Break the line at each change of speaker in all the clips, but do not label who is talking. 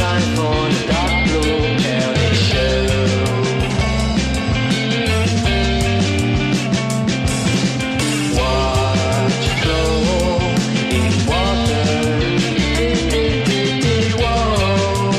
time for the dark blue Kelly show. Watch flow in water. Whoa.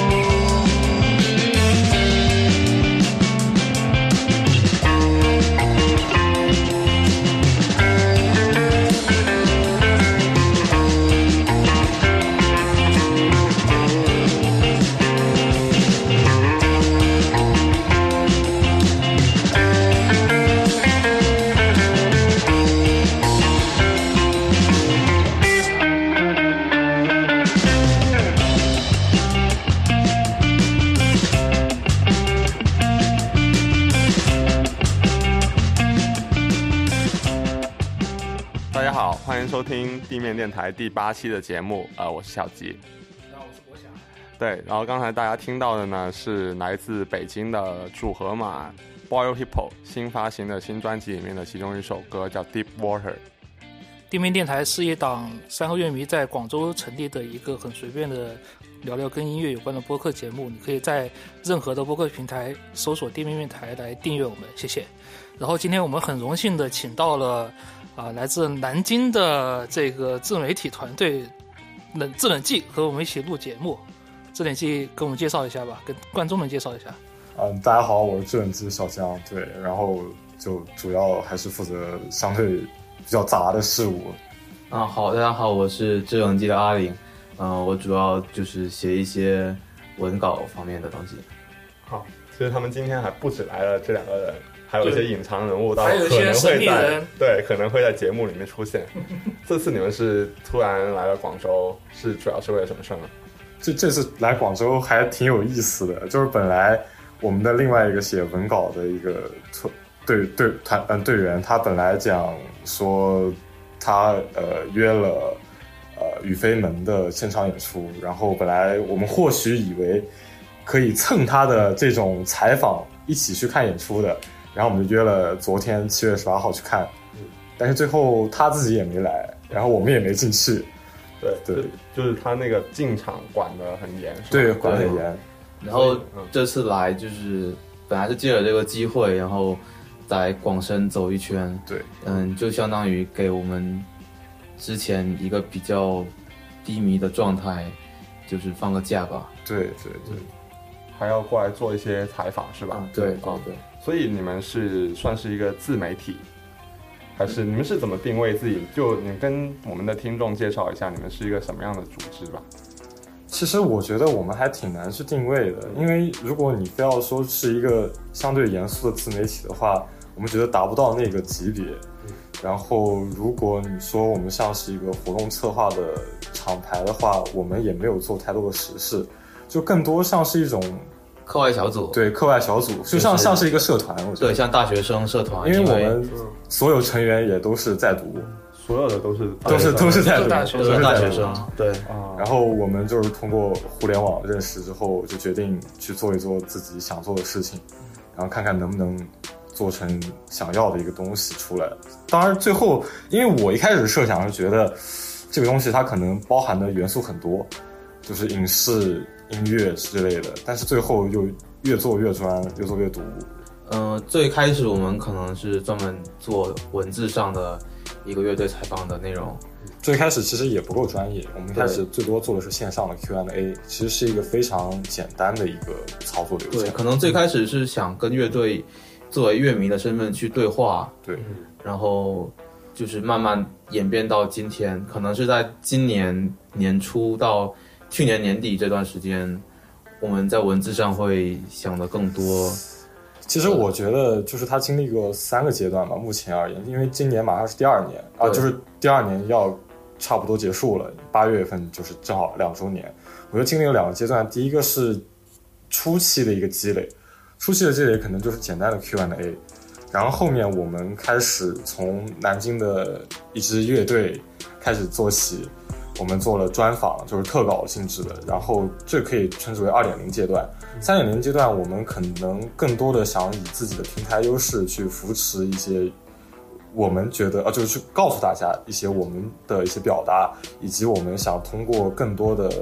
大家好，欢迎收听地面电台第8期的节目，我是小吉。
然后我是国祥。
对，然后刚才大家听到的呢是来自北京的主河马 Boil Hippo 新发行的新专辑里面的其中一首歌，叫 Deep Water。
地面电台是一档3个乐迷在广州成立的一个很随便的聊聊跟音乐有关的播客节目，你可以在任何的播客平台搜索地面电台来订阅我们，谢谢。然后今天我们很荣幸的请到了来自南京的这个自媒体团队制冷剂和我们一起录节目。制冷剂跟我们介绍一下吧，跟观众们介绍一下。
大家好，我是制冷剂小江，对，然后就主要还是负责相对比较杂的事物。
好，大家好，我是制冷剂的阿林，我主要就是写一些文稿方面的东西。
好，其实他们今天还不止来了这2个人，还有一些隐藏人物，
还有一些神秘人，
可能会在节目里面出现。这次你们是突然来了广州，是主要是为了什么事呢？
这次来广州还挺有意思的，就是本来我们的另外一个写文稿的一个队员，他本来讲说他约了宇飞门的现场演出，然后本来我们或许以为可以蹭他的这种采访一起去看演出的，然后我们就约了昨天7月18号去看，但是最后他自己也没来，然后我们也没进去。对，
就是他那个进场管得很严，
对，管得很严。
然后这次来就是本来是借了这个机会，然后在广深走一圈，
对，
就相当于给我们之前一个比较低迷的状态，就是放个假吧。
对，
还要过来做一些采访是吧？
对。
所以你们是算是一个自媒体，还是你们是怎么定位自己？就你跟我们的听众介绍一下，你们是一个什么样的组织吧。
其实我觉得我们还挺难去定位的，因为如果你非要说是一个相对严肃的自媒体的话，我们觉得达不到那个级别。然后如果你说我们像是一个活动策划的厂牌的话，我们也没有做太多的实事，就更多像是一种
课外小组。
对，课外小组，就像是一个社团。我觉得
对，像大学生社团，
因为我们所有成员也都是在读，
所有的都是
在读，
大学生。对，
然后我们就是通过互联网认识之后，就决定去做一做自己想做的事情，然后看看能不能做成想要的一个东西出来。当然最后因为我一开始设想是觉得这个东西它可能包含的元素很多，就是影视音乐之类的，但是最后又越做越专，越做越独。
最开始我们可能是专门做文字上的一个乐队采访的内容，
最开始其实也不够专业，我们开始最多做的是线上的 Q&A， 其实是一个非常简单的一个操作流程。
对，可能最开始是想跟乐队作为乐迷的身份去对话，
对，
然后就是慢慢演变到今天，可能是在今年年初到去年年底这段时间，我们在文字上会想的更多。
其实我觉得就是他经历过3个阶段吧，目前而言，因为今年马上是第2年啊，就是第2年要差不多结束了，8月份就是正好2周年。我觉得经历了2个阶段，第一个是初期的一个积累，初期的积累可能就是简单的 Q&A， 然后后面我们开始从南京的一支乐队开始做起，我们做了专访，就是特稿性质的，然后这可以称之为 2.0 阶段。3.0 阶段我们可能更多的想以自己的平台优势去扶持一些我们觉得就是去告诉大家一些我们的一些表达，以及我们想通过更多的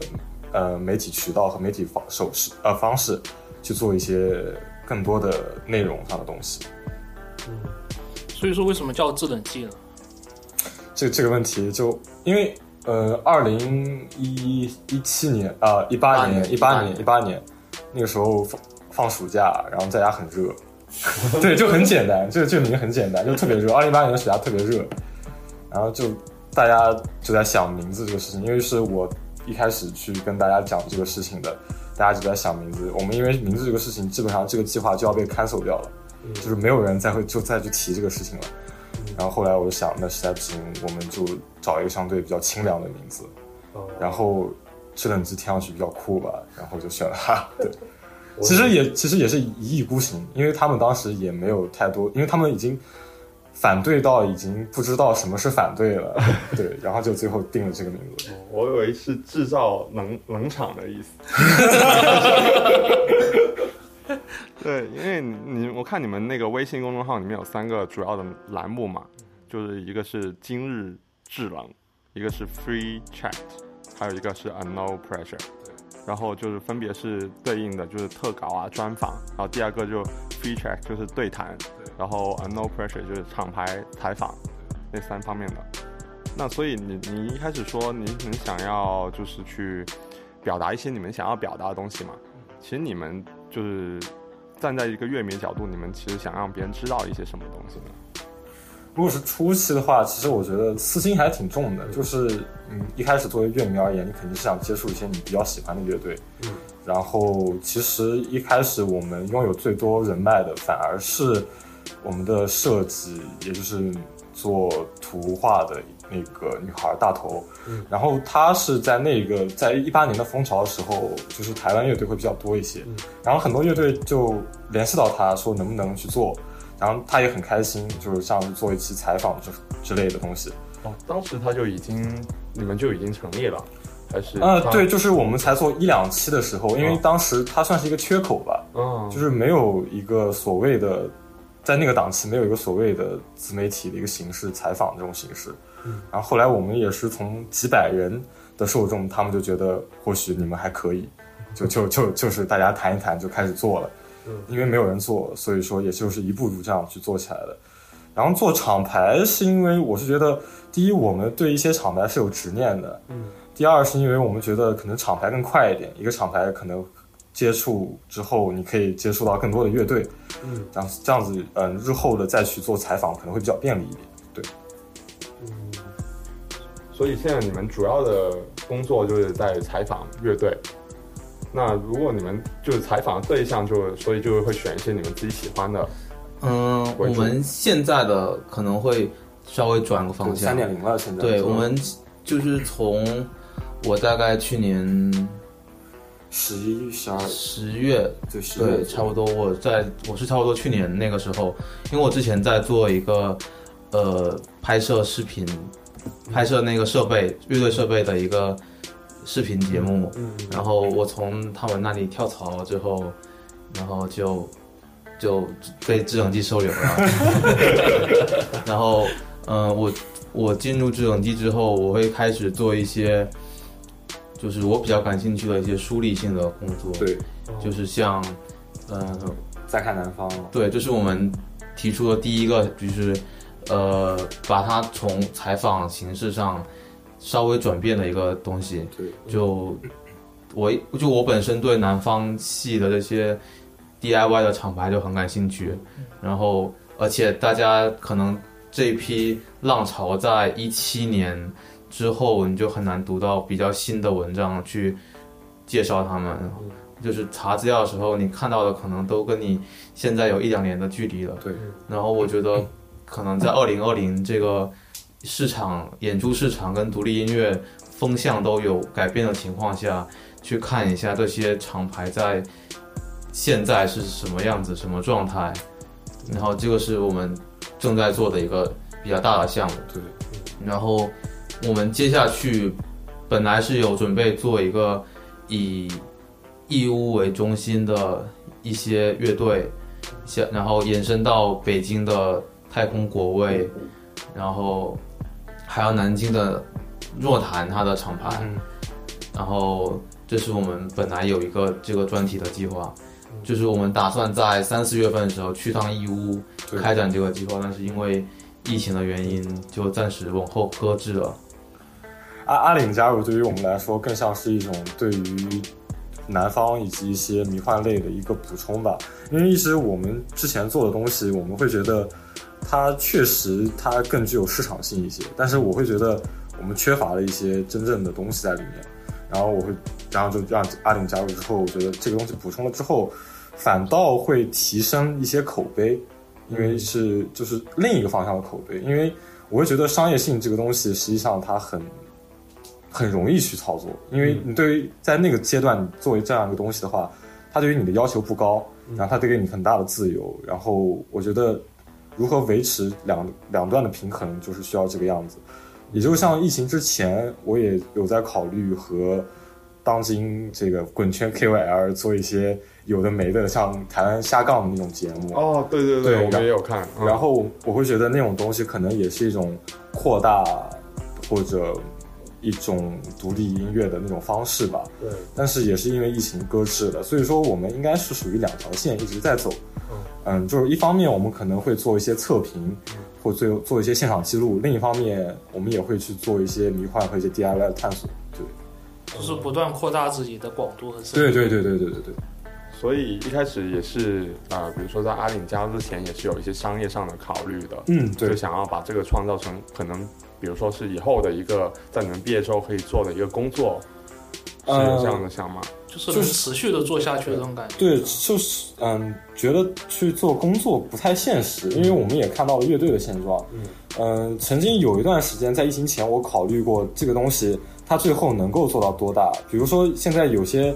媒体渠道和媒体方式去做一些更多的内容上的东西。
所以说为什么叫制冷剂呢？
这个问题就因为2017年18年那个时候放暑假，然后在家很热，对，就很简单，这个名很简单，就特别热。2018年的暑假特别热，然后就大家就在想名字这个事情，因为是我一开始去跟大家讲这个事情的，大家就在想名字。我们因为名字这个事情，基本上这个计划就要被 cancel 掉了，就是没有人再去提这个事情了。然后后来我就想，那实在不行，我们就找一个相对比较清凉的名字，然后制冷剂听上去比较酷吧，然后就选了它。对，其实也是一意孤行，因为他们当时也没有太多，因为他们已经反对到已经不知道什么是反对了，对，然后就最后定了这个名字。
我以为是制造冷场的意思。对，因为我看你们那个微信公众号里面有3个主要的栏目嘛，就是一个是今日制冷，一个是 Free Chat， 还有一个是 No Pressure， 然后就是分别是对应的就是特稿啊、专访，然后第二个就 Free Chat 就是对谈，然后 No Pressure 就是厂牌采访，那3方面的。那所以你一开始说你想要就是去表达一些你们想要表达的东西嘛，其实你们就是站在一个乐迷角度，你们其实想让别人知道一些什么东西呢？
如果是初期的话，其实我觉得私心还挺重的，就是一开始作为乐迷而言，你肯定是想接触一些你比较喜欢的乐队，然后其实一开始我们拥有最多人脉的反而是我们的设计，也就是做图画的那个女孩大头，然后她是在在18年的风潮的时候，就是台湾乐队会比较多一些，然后很多乐队就联系到她说能不能去做，然后她也很开心，就是像做一期采访之类的东西。
当时你们就已经成立了，还是？
对，就是我们才做1-2期的时候，因为当时它算是一个缺口吧，就是没有一个所谓的。在那个档期没有一个所谓的自媒体的一个形式，采访这种形式，然后后来我们也是从几百人的受众，他们就觉得或许你们还可以，就是大家谈一谈就开始做了，因为没有人做，所以说也就是一步步这样去做起来的。然后做厂牌是因为我是觉得，第一我们对一些厂牌是有执念的，第二是因为我们觉得可能厂牌更快一点，一个厂牌可能接触之后，你可以接触到更多的乐队，这样子，日后的再去做采访可能会比较便利一点，对。
所以现在你们主要的工作就是在采访乐队。那如果你们就是采访对象所以就会选一些你们自己喜欢的。
我们现在的可能会稍微转个方向
，3.0了现在。
对，我们就是从我大概去年。10月，对，差不多。我是差不多去年那个时候，因为我之前在做一个拍摄视频，拍摄那个乐队设备的一个视频节目，然后我从他们那里跳槽之后，然后就被制冷剂收留了。然后我进入制冷剂之后，我会开始做一些。就是我比较感兴趣的一些梳理性的工作，
对，
就是像，
再看南方，
对，这是我们提出的第一个，就是把它从采访形式上稍微转变的一个东西。
对，
我本身对南方系的这些 DIY 的厂牌就很感兴趣，然后而且大家可能这一批浪潮在17年。之后你就很难读到比较新的文章去介绍他们，就是查资料的时候你看到的可能都跟你现在有1-2年的距离了。
对，
然后我觉得可能在2020这个市场演出市场跟独立音乐风向都有改变的情况下，去看一下这些厂牌在现在是什么样子什么状态，然后这个是我们正在做的一个比较大的项目。
对，
然后我们接下去本来是有准备做一个以义乌为中心的一些乐队，然后延伸到北京的太空国卫，然后还有南京的若潭它的厂牌，然后这是我们本来有一个这个专题的计划，就是我们打算在3、4月份的时候去趟义乌开展这个计划，但是因为疫情的原因，就暂时往后搁置了。
阿岭加入对于我们来说，更像是一种对于南方以及一些迷幻类的一个补充吧。因为一直我们之前做的东西，我们会觉得它确实它更具有市场性一些，但是我会觉得我们缺乏了一些真正的东西在里面。然后就让阿岭加入之后，我觉得这个东西补充了之后，反倒会提升一些口碑，因为就是另一个方向的口碑。因为我会觉得商业性这个东西，实际上它很容易去操作，因为你对于在那个阶段你作为这样一个东西的话，它对于你的要求不高，然后它带给你很大的自由，然后我觉得如何维持两段的平衡，就是需要这个样子。也就像疫情之前，我也有在考虑和当今这个滚圈 KOL 做一些有的没的，像台湾瞎杠的那种节目。
哦，对对对，我们也有看。
然后我会觉得那种东西可能也是一种扩大或者一种独立音乐的那种方式吧。
对。
但是也是因为疫情搁置了，所以说我们应该是属于2条线一直在走。就是一方面我们可能会做一些测评，或做一些现场记录，另一方面我们也会去做一些迷幻和一些 DIY 的探索。对。
就是不断扩大自己的广度和深度。
对。
所以一开始也是比如说在阿岭加入之前，也是有一些商业上的考虑的。
对，
就想要把这个创造成可能，比如说是以后的一个在你们毕业之后可以做的一个工作，是有这样的想法。
就是能持续的做下去的这种感觉。
对，就是觉得去做工作不太现实，因为我们也看到了乐队的现状。曾经有一段时间在疫情前，我考虑过这个东西它最后能够做到多大。比如说现在有些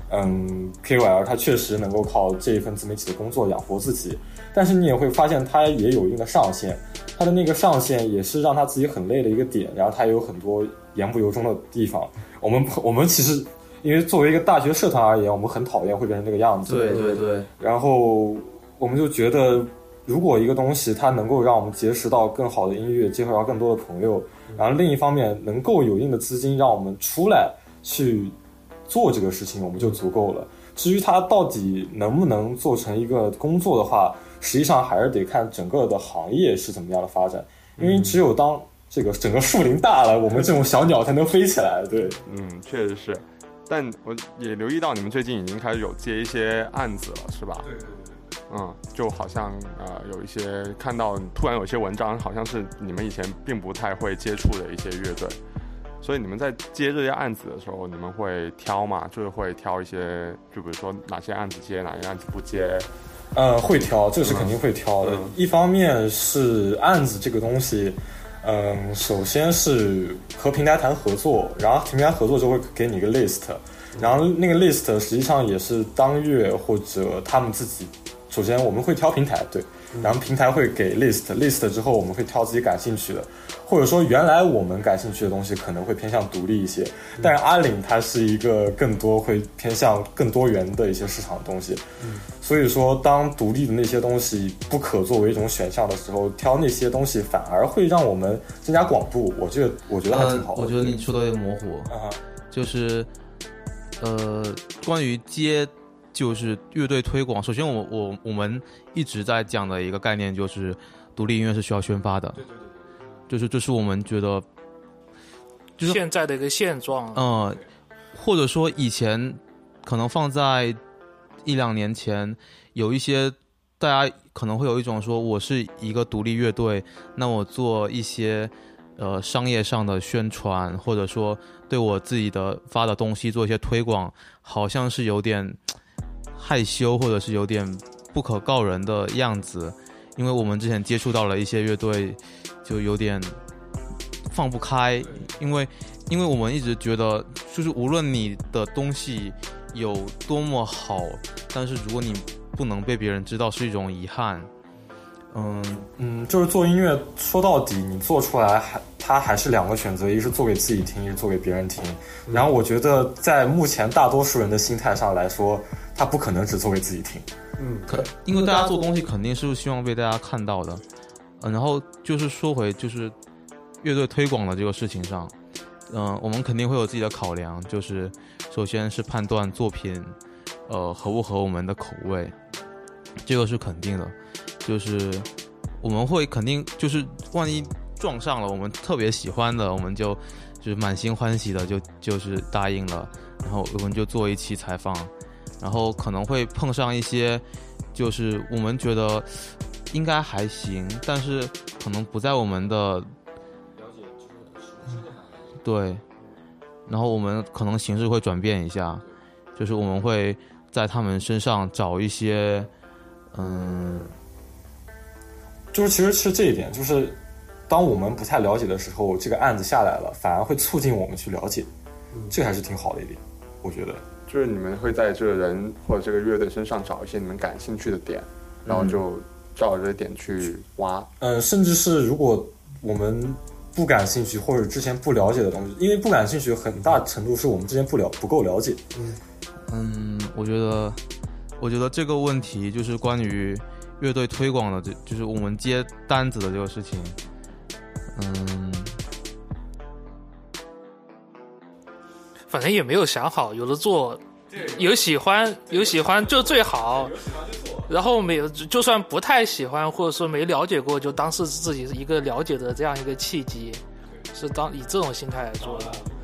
KOL 它确实能够靠这一份自媒体的工作养活自己，但是你也会发现它也有一定的上限，它的那个上限也是让他自己很累的一个点，然后它也有很多言不由衷的地方。我们其实因为作为一个大学社团而言，我们很讨厌会变成这个样子。
对。
然后我们就觉得，如果一个东西它能够让我们结识到更好的音乐，结合到更多的朋友，然后另一方面能够有一定的资金让我们出来去做这个事情，我们就足够了。至于它到底能不能做成一个工作的话，实际上还是得看整个的行业是怎么样的发展。因为只有当这个整个树林大了，我们这种小鸟才能飞起来。对，
确实是。但我也留意到你们最近已经开始有接一些案子了，是吧？
对。
就好像有一些看到突然有一些文章，好像是你们以前并不太会接触的一些乐队，所以你们在接这些案子的时候，你们会挑吗？就是会挑一些，就比如说哪些案子接，哪些案子不接？
会挑，这个是肯定会挑的。一方面是案子这个东西，首先是和平台谈合作，然后平台合作就会给你一个 list， 然后那个 list 实际上也是当月或者他们自己。首先我们会挑平台，对，然后平台会给 list 之后，我们会挑自己感兴趣的，或者说原来我们感兴趣的东西可能会偏向独立一些，但是阿岭它是一个更多会偏向更多元的一些市场的东西，所以说当独立的那些东西不可作为一种选项的时候，挑那些东西反而会让我们增加广度，我觉得还挺好的。
我觉得你说的有点模糊，就是关于接。就是乐队推广，首先我们一直在讲的一个概念就是独立音乐是需要宣发的，就是这是我们觉得就是
现在的一个现状。
或者说以前可能放在1-2年前，有一些大家可能会有一种说我是一个独立乐队，那我做一些商业上的宣传，或者说对我自己的发的东西做一些推广，好像是有点害羞或者是有点不可告人的样子，因为我们之前接触到了一些乐队就有点放不开，因为我们一直觉得就是无论你的东西有多么好，但是如果你不能被别人知道是一种遗憾。
就是做音乐说到底你做出来它还是2个选择，一是做给自己听，一是做给别人听。然后我觉得在目前大多数人的心态上来说，他不可能只做给自己听。
因为大家做东西肯定是希望被大家看到的。然后就是说回就是乐队推广的这个事情上， 我们肯定会有自己的考量，就是首先是判断作品合不合我们的口味，这个是肯定的，就是我们会肯定就是万一撞上了我们特别喜欢的，我们就是满心欢喜的就是答应了，然后我们就做一期采访，然后可能会碰上一些就是我们觉得应该还行，但是可能不在我们的对，然后我们可能形式会转变一下，就是我们会在他们身上找一些
就是其实是这一点，就是当我们不太了解的时候，这个案子下来了，反而会促进我们去了解，这个还是挺好的一点，我觉得。
就是你们会在这个人或者这个乐队身上找一些你们感兴趣的点，然后就照着这个点去挖。
甚至是如果我们不感兴趣或者之前不了解的东西，因为不感兴趣很大程度是我们之前不够了解。
我觉得这个问题就是关于乐队推广的，就是我们接单子的这个事情。
反正也没有想好，有的做，有喜欢就最好，然后没有就算不太喜欢或者说没了解过，就当是自己一个了解的这样一个契机，是以这种心态来做的。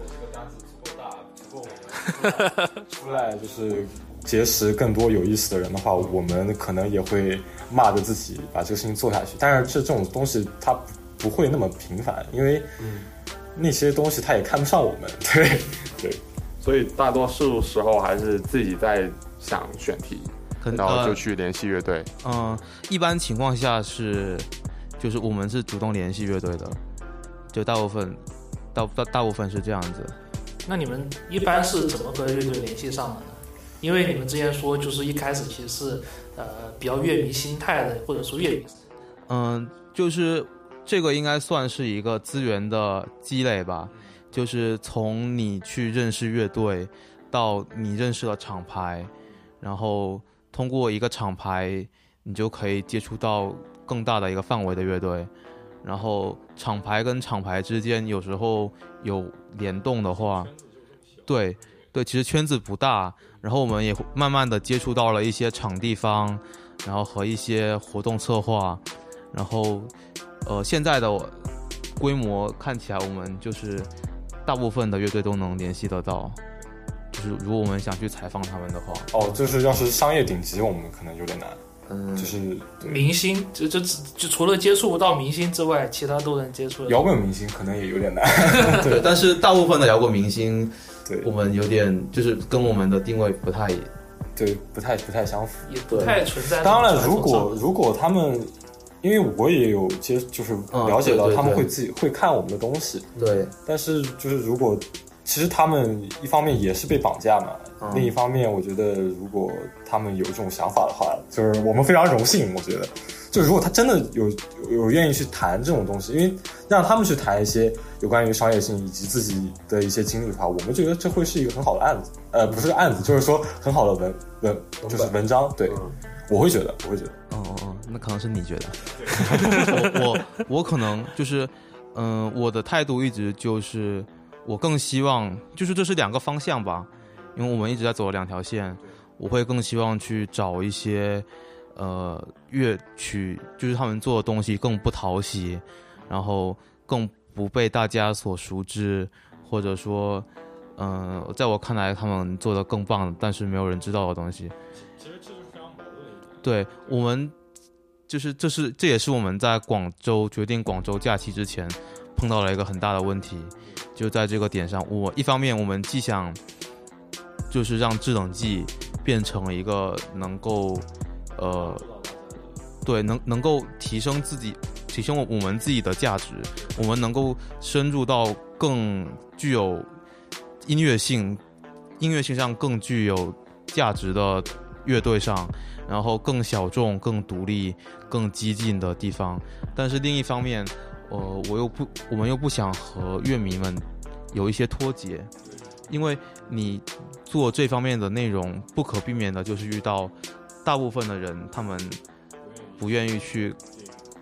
出来就是结识更多有意思的人的话，我们可能也会骂着自己把这个事情做下去，但是这种东西它不会那么频繁，因为那些东西他也看不上我们，对，
所以大多数时候还是自己在想选题，然后就去联系乐队。
一般情况下就是我们是主动联系乐队的，就大部分是这样子。
那你们一般是怎么和乐队联系上的呢？因为你们之前说就是一开始其实是比较乐迷心态的，或者说乐迷。
就是这个应该算是一个资源的积累吧，就是从你去认识乐队到你认识了厂牌，然后通过一个厂牌你就可以接触到更大的一个范围的乐队，然后厂牌跟厂牌之间有时候有联动的话，对，其实圈子不大，然后我们也慢慢的接触到了一些场地方，然后和一些活动策划，然后现在的规模看起来我们就是大部分的乐队都能联系得到，就是如果我们想去采访他们的话。
就是要是商业顶级我们可能有点难。就是
明星就除了接触不到明星之外，其他都能接触。
摇滚明星可能也有点难。
对，但是大部分的摇滚明星，
对，
我们有点就是跟我们的定位不太
相符，
也不太存在。
当然，如果他们，因为我也有就是了解到他们会自己会看我们的东西，
对，
但是就是如果其实他们一方面也是被绑架嘛，另一方面我觉得如果他们有这种想法的话，就是我们非常荣幸。我觉得就如果他真的有愿意去谈这种东西，因为让他们去谈一些有关于商业性以及自己的一些经历的话，我们觉得这会是一个很好的案子，不是个案子，就是说很好的就是文章。对，我会觉得
那可能是你觉得。我可能就是我的态度一直就是我更希望就是这是两个方向吧，因为我们一直在走两条线，我会更希望去找一些乐曲，就是他们做的东西更不讨喜，然后更不被大家所熟知，或者说在我看来他们做的更棒但是没有人知道的东西。
其实这就是非常矛盾的一点。
对，我们就是这也是我们在决定广州假期之前碰到了一个很大的问题，就在这个点上，一方面我们既想就是让制冷剂变成一个能够对能够提升我们自己的价值，我们能够深入到更具有音乐性上更具有价值的乐队上，然后更小众更独立更激进的地方。但是另一方面我们又不想和乐迷们有一些脱节，因为你做这方面的内容不可避免的就是遇到大部分的人他们不愿意去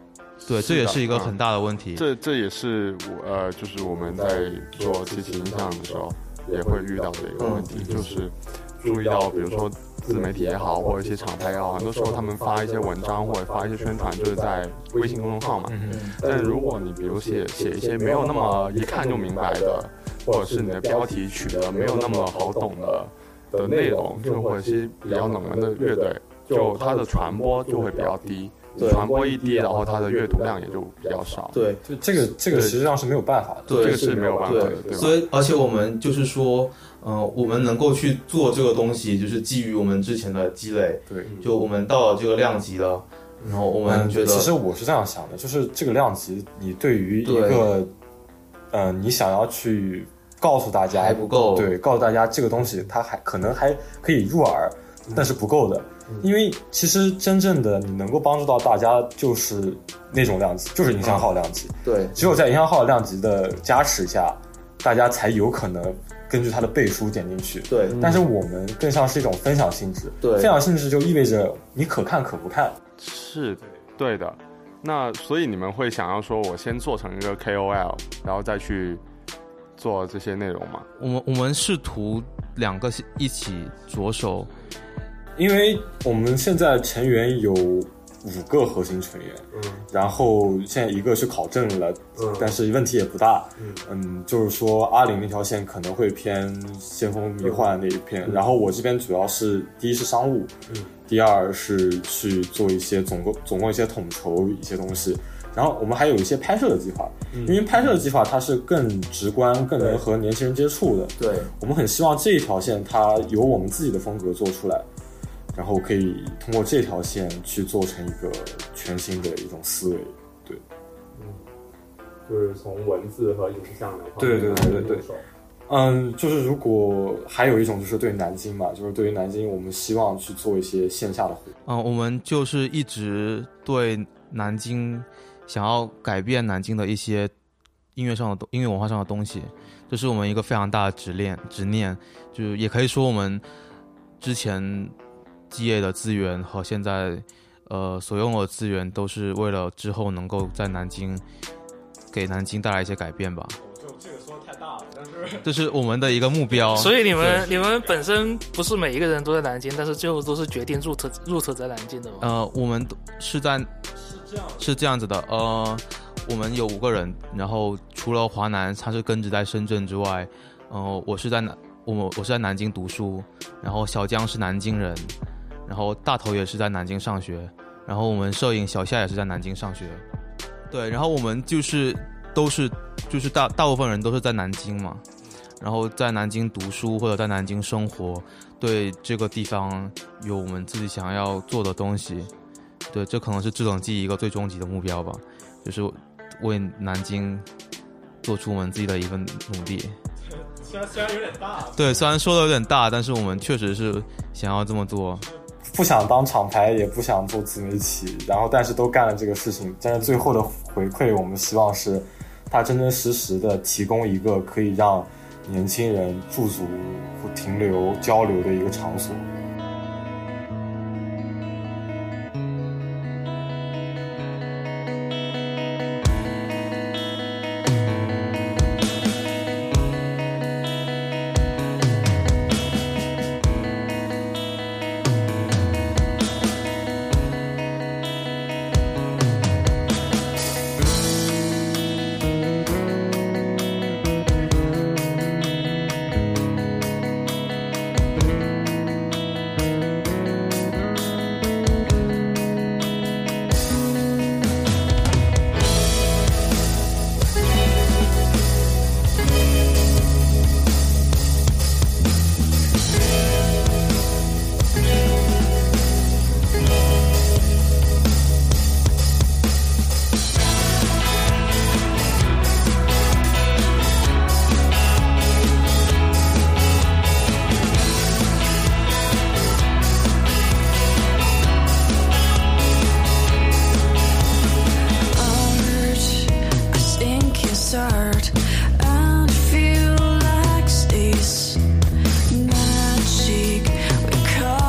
对，这也是一个很大的问题。
这也是就是我们在做集体影像的时候也会遇到的一个问题，就是注意到比如说自媒体也好，或者一些厂牌也好，很多时候他们发一些文章或者发一些宣传，就是在微信公众号嘛。但如果你比如写一些没有那么一看就明白的，或者是你的标题取得没有那么好懂的内容，就或者是比较冷门的乐队，就它的传播就会比较低。传播一低，然后它的阅读量也就比较少。
对，
就这个实际上是没有办法的，
对，
这个是没有办法的，对吧？
所以，而且我们就是说，我们能够去做这个东西，就是基于我们之前的积累。
对，
就我们到了这个量级了，然后我们觉得，
其实我是这样想的，就是这个量级，你对于一个，你想要去告诉大家
还不够，
对，告诉大家这个东西它可能还可以入耳，但是不够的。因为其实真正的你能够帮助到大家，就是那种量级，就是营销号量级。
对，
只有在营销号量级的加持下，大家才有可能根据它的背书点进去。
对，
但是我们更像是一种分享性质。
对，
分享性质就意味着你可看可不看。
是对的。那所以你们会想要说，我先做成一个 KOL， 然后再去做这些内容吗？
我们试图两个一起着手。
因为我们现在成员有5个核心成员，然后现在一个是考证了，但是问题也不大，就是说阿玲那条线可能会偏先锋迷幻那一片，然后我这边主要是第一是商务，第二是去做一些总共一些统筹一些东西，然后我们还有一些拍摄的计划，因为拍摄的计划它是更直观更能和年轻人接触的，对，我们很希望这一条线它由我们自己的风格做出来，然后可以通过这条线去做成一个全新的一种思维，对，
就是从文字和影像两方
面对
入手。
就是如果还有一种就是对于南京嘛，就是对于南京我们希望去做一些线下的活动。
我们就是一直对南京想要改变南京的一些音乐文化上的东西，这是我们一个非常大的执念，就是也可以说我们之前基业的资源和现在所用的资源都是为了之后能够在南京给南京带来一些改变吧。
这个说太大了，但是
这是我们的一个目标。
所以你们本身不是每一个人都在南京，但是最后都是决定入特在南京的吗？我们是这样子的。我们有5个人，然后除了华南他是根植在深圳之外，我是在南京读书，然后小江是南京人，然后大头也是在南京上学，然后我们摄影小夏也是在南京上学，对，然后我们就是大部分人都是在南京嘛，然后在南京读书或者在南京生活，对这个地方有我们自己想要做的东西，对，这可能是制冷剂一个最终极的目标吧，就是为南京做出我们自己的一份努力。
虽然有点大，
对，虽然说的有点大，但是我们确实是想要这么做。
不想当厂牌，也不想做自媒体，然后但是都干了这个事情，但是最后的回馈，我们希望是它真真实实的提供一个可以让年轻人驻足、停留、交流的一个场所。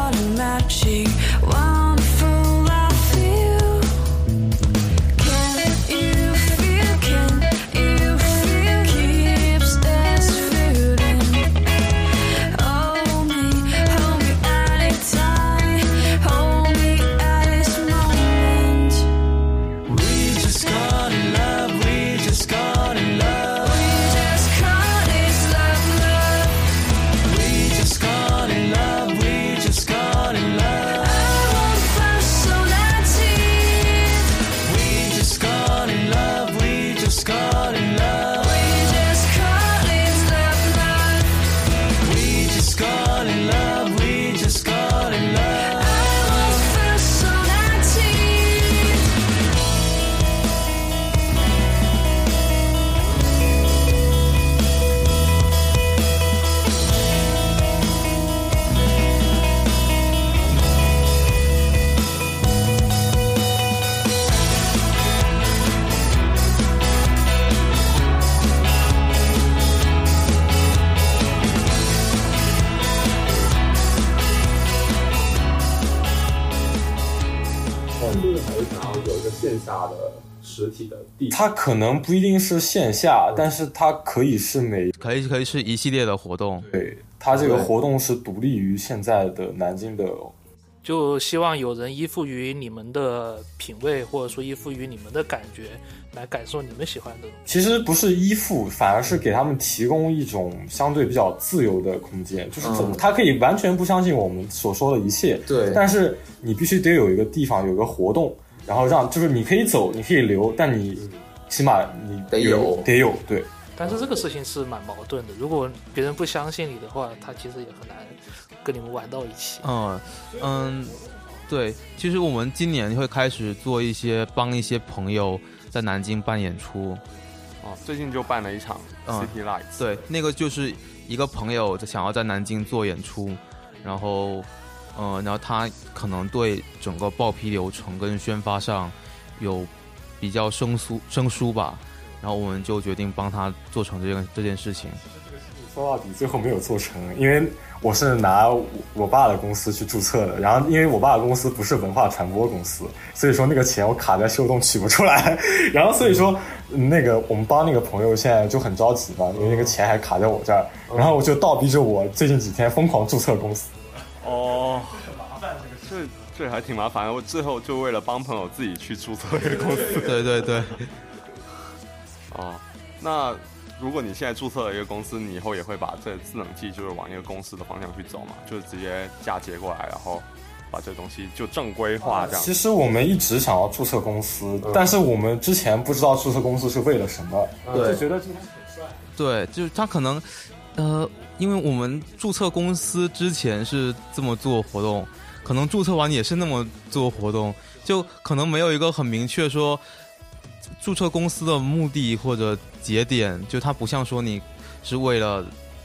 Wonderful, I feel. Can't
是不是还是想要有一个线下的实体的地方？
它可能不一定是线下，但是它可以是
可以是一系列的活动。
对，它这个活动是独立于现在的南京的。
就希望有人依附于你们的品味，或者说依附于你们的感觉，来感受你们喜欢的东西。
其实不是依附，反而是给他们提供一种相对比较自由的空间，就是他可以完全不相信我们所说的一切，
对，
但是你必须得有一个地方，有一个活动，然后就是你可以走，你可以留，但你起码你得有，对。
但是这个事情是蛮矛盾的，如果别人不相信你的话，他其实也很难跟你们玩到一起。
对，其实我们今年会开始做帮一些朋友在南京办演出。
最近就办了一场 City Lights。
对，那个就是一个朋友想要在南京做演出，然后他可能对整个报批流程跟宣发上有比较生疏吧。然后我们就决定帮他做成这件事情。
说到底最后没有做成，因为我是拿我爸的公司去注册的，然后因为我爸的公司不是文化传播公司，所以说那个钱我卡在秀动取不出来，然后所以说那个我们帮那个朋友现在就很着急嘛，因为那个钱还卡在我这儿，然后我就倒逼着我最近几天疯狂注册公司。
很麻烦这还挺麻烦的，我最后就为了帮朋友自己去注册一个公司。
对。
那如果你现在注册了一个公司，你以后也会把这智能机就是往一个公司的方向去走嘛？就是直接嫁接过来，然后把这东西就正规化这样。
其实我们一直想要注册公司，但是我们之前不知道注册公司是为了什么，就觉得这东西很帅。
对，就是他可能因为我们注册公司之前是这么做活动，可能注册完也是那么做活动，就可能没有一个很明确说注册公司的目的或者节点，就它不像说你是为了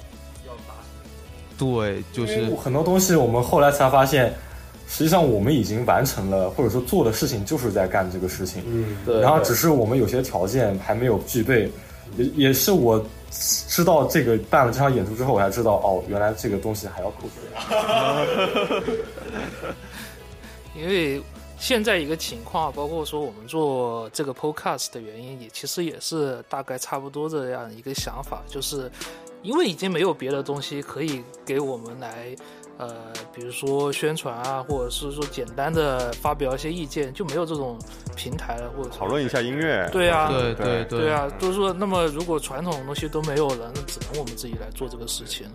对，就是
很多东西我们后来才发现，实际上我们已经完成了，或者说做的事情就是在干这个事情。
对。
然后只是我们有些条件还没有具备，也是我知道这个办了这场演出之后，我才知道原来这个东西还要扣税。
因为现在一个情况，包括说我们做这个 podcast 的原因，其实也是大概差不多这样一个想法，就是因为已经没有别的东西可以给我们来比如说宣传啊，或者是说简单的发表一些意见，就没有这种平台了，或者
讨论一下音乐。
对啊，
对
啊，都说那么如果传统的东西都没有了，那只能我们自己来做这个事情了。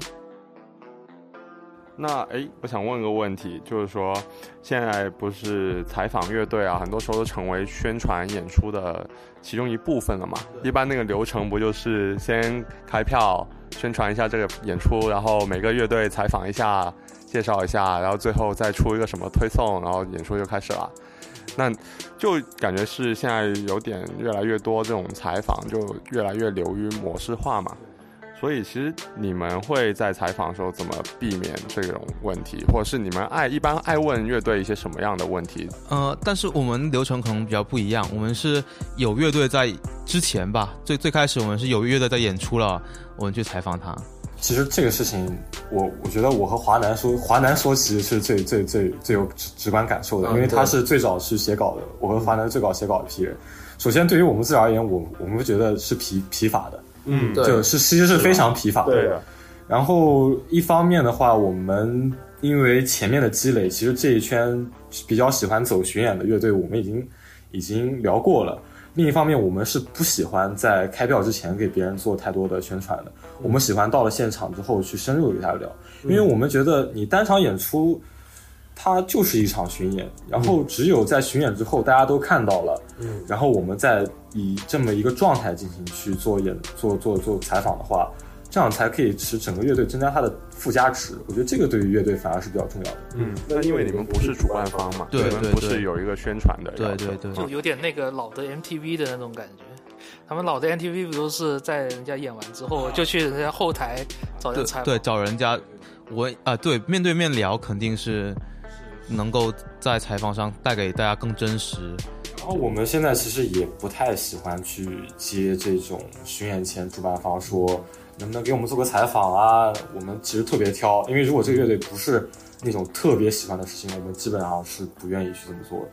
那我想问个问题，就是说现在不是采访乐队啊，很多时候都成为宣传演出的其中一部分了嘛？一般那个流程不就是先开票宣传一下这个演出，然后每个乐队采访一下介绍一下，然后最后再出一个什么推送，然后演出就开始了。那就感觉是现在有点越来越多这种采访就越来越流于模式化嘛，所以其实你们会在采访的时候怎么避免这种问题，或者是你们一般爱问乐队一些什么样的问题？
但是我们流程可能比较不一样，我们是有乐队在之前吧，最开始我们是有乐队在演出了，我们去采访他。
其实这个事情我觉得我和华南说其实是最有直观感受的，因为他是最早去写稿的，我和华南最早写稿的一批人。首先对于我们自己而言，我们会觉得是疲乏的，
对，
就是其实是非常疲乏的。
对的。
然后一方面的话，我们因为前面的积累，其实这一圈比较喜欢走巡演的乐队，我们已经聊过了。另一方面，我们是不喜欢在开票之前给别人做太多的宣传的，我们喜欢到了现场之后去深入给他聊，因为我们觉得你单场演出它就是一场巡演，然后只有在巡演之后大家都看到了，然后我们再以这么一个状态进行去做采访的话，这样才可以使整个乐队增加它的附加值。我觉得这个对于乐队反而是比较重要的。
那因为你们不是主办方嘛，
对，
你们不是有一个宣传的，
对，
就有点那个老的 MTV 的那种感觉。他们老的 MTV 不都是在人家演完之后就去人家后台找人采访？
对，找人家对，面对面聊肯定是能够在采访上带给大家更真实。
然后我们现在其实也不太喜欢去接这种巡演前主办方说能不能给我们做个采访啊，我们其实特别挑，因为如果这个乐队不是那种特别喜欢的事情，我们基本上是不愿意去这么做的。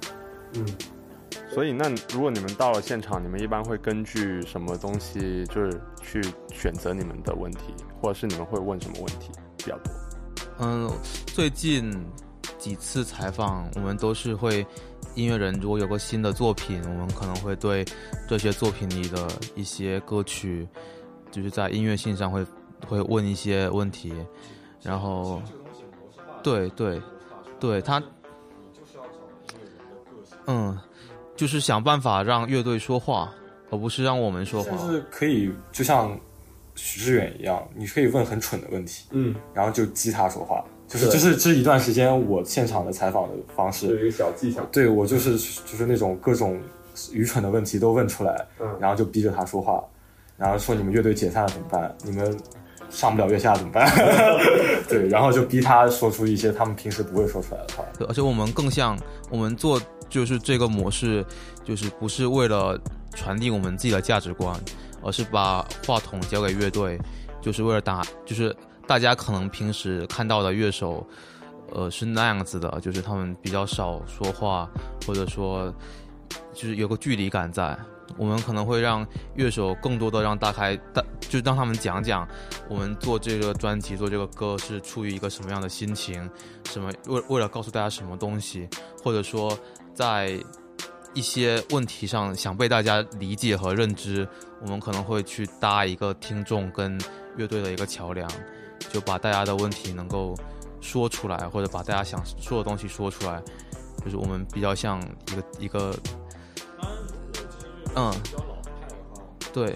所以那如果你们到了现场，你们一般会根据什么东西就是去选择你们的问题，或者是你们会问什么问题比较多？
最近几次采访，我们都是会音乐人如果有个新的作品，我们可能会对这些作品里的一些歌曲，就是在音乐性上会问一些问题，然后对他就是想办法让乐队说话，而不是让我们说话。
甚至可以就像许知远一样，你可以问很蠢的问题，然后就激他说话。这是一段时间我现场的采访的方式，
有一个小技巧。
对，我就是那种各种愚蠢的问题都问出来，然后就逼着他说话，然后说你们乐队解散了怎么办？你们上不了月下怎么办？对，然后就逼他说出一些他们平时不会说出来的话。
而且我们更像我们做就是这个模式，就是不是为了传递我们自己的价值观，而是把话筒交给乐队，就是为了就是大家可能平时看到的乐手，是那样子的，就是他们比较少说话，或者说就是有个距离感在。我们可能会让乐手更多的就是让他们讲讲我们做这个专辑做这个歌是出于一个什么样的心情，为了告诉大家什么东西，或者说在一些问题上想被大家理解和认知，我们可能会去搭一个听众跟乐队的一个桥梁，就把大家的问题能够说出来，或者把大家想说的东西说出来，就是我们比较像一个对，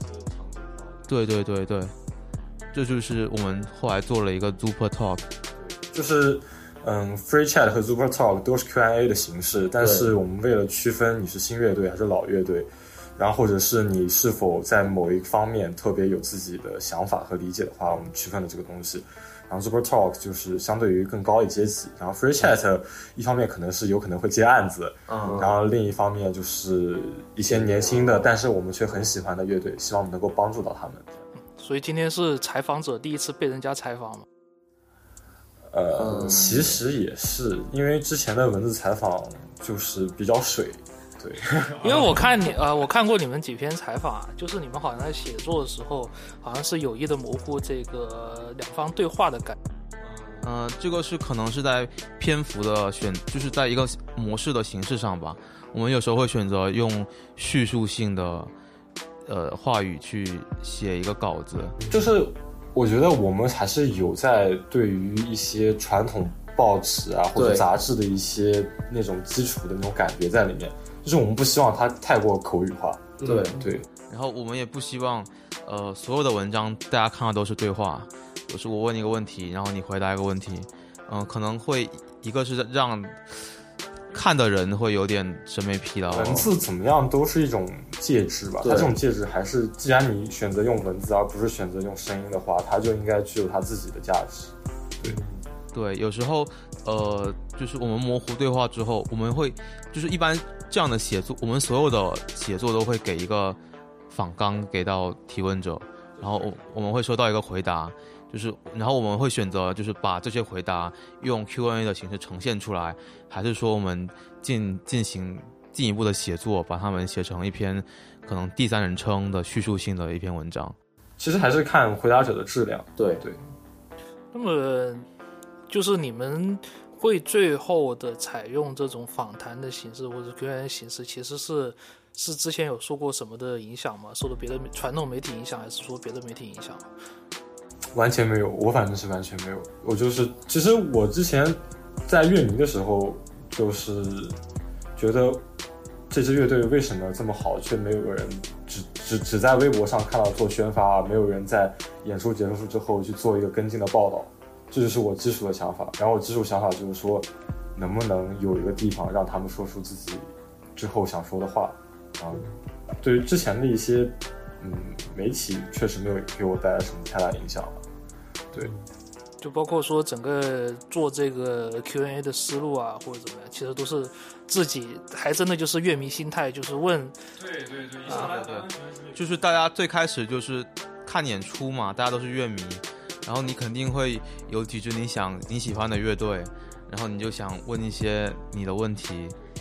这就是我们后来做了一个 Super Talk，
就是Free Chat 和 Super Talk 都是 Q&A 的形式，但是我们为了区分你是新乐队还是老乐队，然后或者是你是否在某一方面特别有自己的想法和理解的话，我们区分了这个东西。然后 Super Talk 就是相对于更高一阶级，然后 Free Chat 一方面可能是有可能会接案子，然后另一方面就是一些年轻的但是我们却很喜欢的乐队，希望我们能够帮助到他们。
所以今天是采访者第一次被人家采访吗？
其实也是，因为之前的文字采访就是比较水。对，
因为我看过你们几篇采访啊，就是你们好像在写作的时候，好像是有意的模糊这个两方对话的感觉。
这个是可能是在篇幅的就是在一个模式的形式上吧。我们有时候会选择用叙述性的话语去写一个稿子。
就是我觉得我们还是有在对于一些传统报纸啊或者杂志的一些那种基础的那种感觉在里面。就是我们不希望它太过口语化，对。
然后我们也不希望，所有的文章大家看到都是对话，就是我问一个问题，然后你回答一个问题，可能会一个是让看的人会有点审美疲劳。
文字怎么样都是一种介质吧，它这种介质还是，既然你选择用文字而不是选择用声音的话，它就应该具有它自己的价值。
对，有时候就是我们模糊对话之后，我们会就是一般这样的写作，我们所有的写作都会给一个访纲给到提问者，然后我们会收到一个回答，就是然后我们会选择就是把这些回答用 Q&A 的形式呈现出来，还是说我们进行进一步的写作，把它们写成一篇可能第三人称的叙述性的一篇文章。
其实还是看回答者的质量。对。
那么就是你们会最后的采用这种访谈的形式或者 Q&A 的形式，其实是之前有受过什么的影响吗？受了别的传统媒体影响，还是说别的媒体影响？
完全没有，我反正是完全没有。我就是其实我之前在乐迷的时候就是觉得这支乐队为什么这么好，却没有人只在微博上看到做宣发，没有人在演出结束之后去做一个跟进的报道。这就是我基础的想法，然后我基础想法就是说，能不能有一个地方让他们说出自己之后想说的话啊？对于之前的一些媒体，确实没有给我带来什么太大影响了。对，
就包括说整个做这个 Q&A 的思路啊，或者怎么样，其实都是自己还真的就是乐迷心态，就是问。
对，就是大家最开始就是看演出嘛，大家都是乐迷。然后你肯定会有几支你喜欢的乐队，然后你就想问一些你的问题，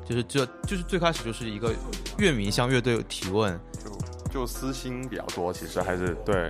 就是最开始就是一个乐迷向乐队提问，
就私心比较多，其实还是对，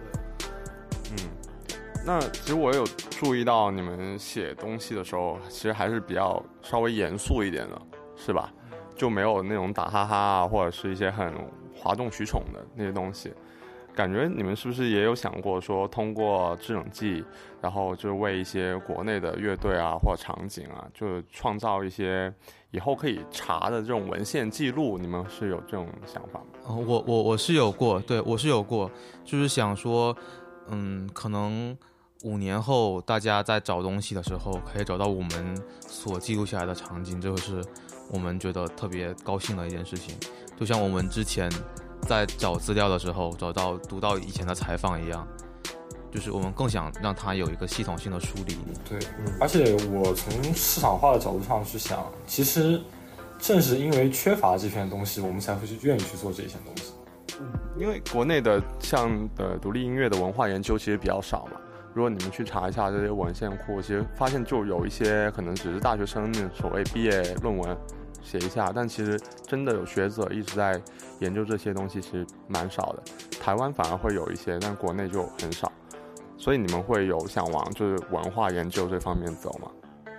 那其实我有注意到你们写东西的时候，其实还是比较稍微严肃一点的，是吧？就没有那种打哈哈啊，或者是一些很哗众取宠的那些东西。感觉你们是不是也有想过说，通过制冷剂，然后就为一些国内的乐队啊或者场景啊，就创造一些以后可以查的这种文献记录？你们是有这种想法吗？
我是有过，对，我是有过，就是想说，可能5年后大家在找东西的时候，可以找到我们所记录下来的场景，这个是我们觉得特别高兴的一件事情。就像我们之前在找资料的时候读到以前的采访一样，就是我们更想让它有一个系统性的梳理。
对，而且我从市场化的角度上去想，其实正是因为缺乏这片东西，我们才会愿意去做这些东西。
因为国内的像独立音乐的文化研究其实比较少嘛。如果你们去查一下这些文献库，其实发现就有一些可能只是大学生的所谓毕业论文写一下，但其实真的有学者一直在研究这些东西，其实蛮少的。台湾反而会有一些，但国内就很少。所以你们会有想往就是文化研究这方面走吗？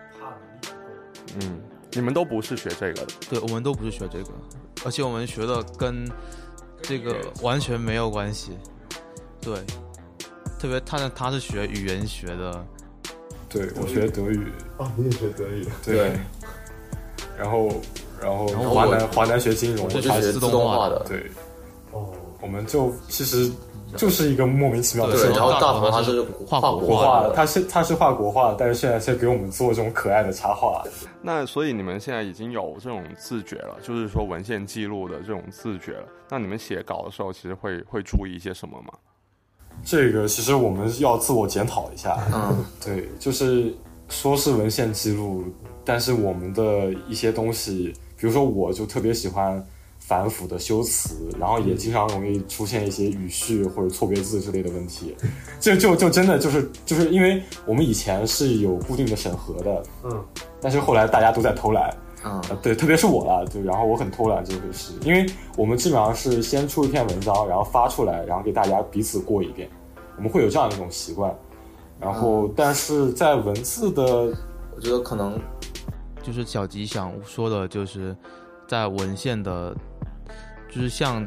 你们都不是学这个的。
对，我们都不是学这个，而且我们学的跟这个完全没有关系。对，特别他是学语言学的。
对，我学德语。
你也学德语？
对。然后华南学金融，
我是学自动化的。
对。我们就其实就是一个莫名其妙的。
对，
然
后大同他是画国画的，
他是画国画，但是现在给我们做这种可爱的插画。
那所以你们现在已经有这种自觉了，就是说文献记录的这种自觉了。那你们写稿的时候，其实会注意一些什么吗？
这个其实我们要自我检讨一下。对，就是说是文献记录，但是我们的一些东西，比如说我就特别喜欢反腐的修辞，然后也经常容易出现一些语序或者错别字之类的问题。就真的就是因为我们以前是有固定的审核的，但是后来大家都在偷懒。对，特别是我了，然后我很偷懒这回事，因为我们基本上是先出一篇文章，然后发出来，然后给大家彼此过一遍，我们会有这样一种习惯。然后，但是在文字的，
我觉得可能就是小吉想说的，就是在文献的，就是像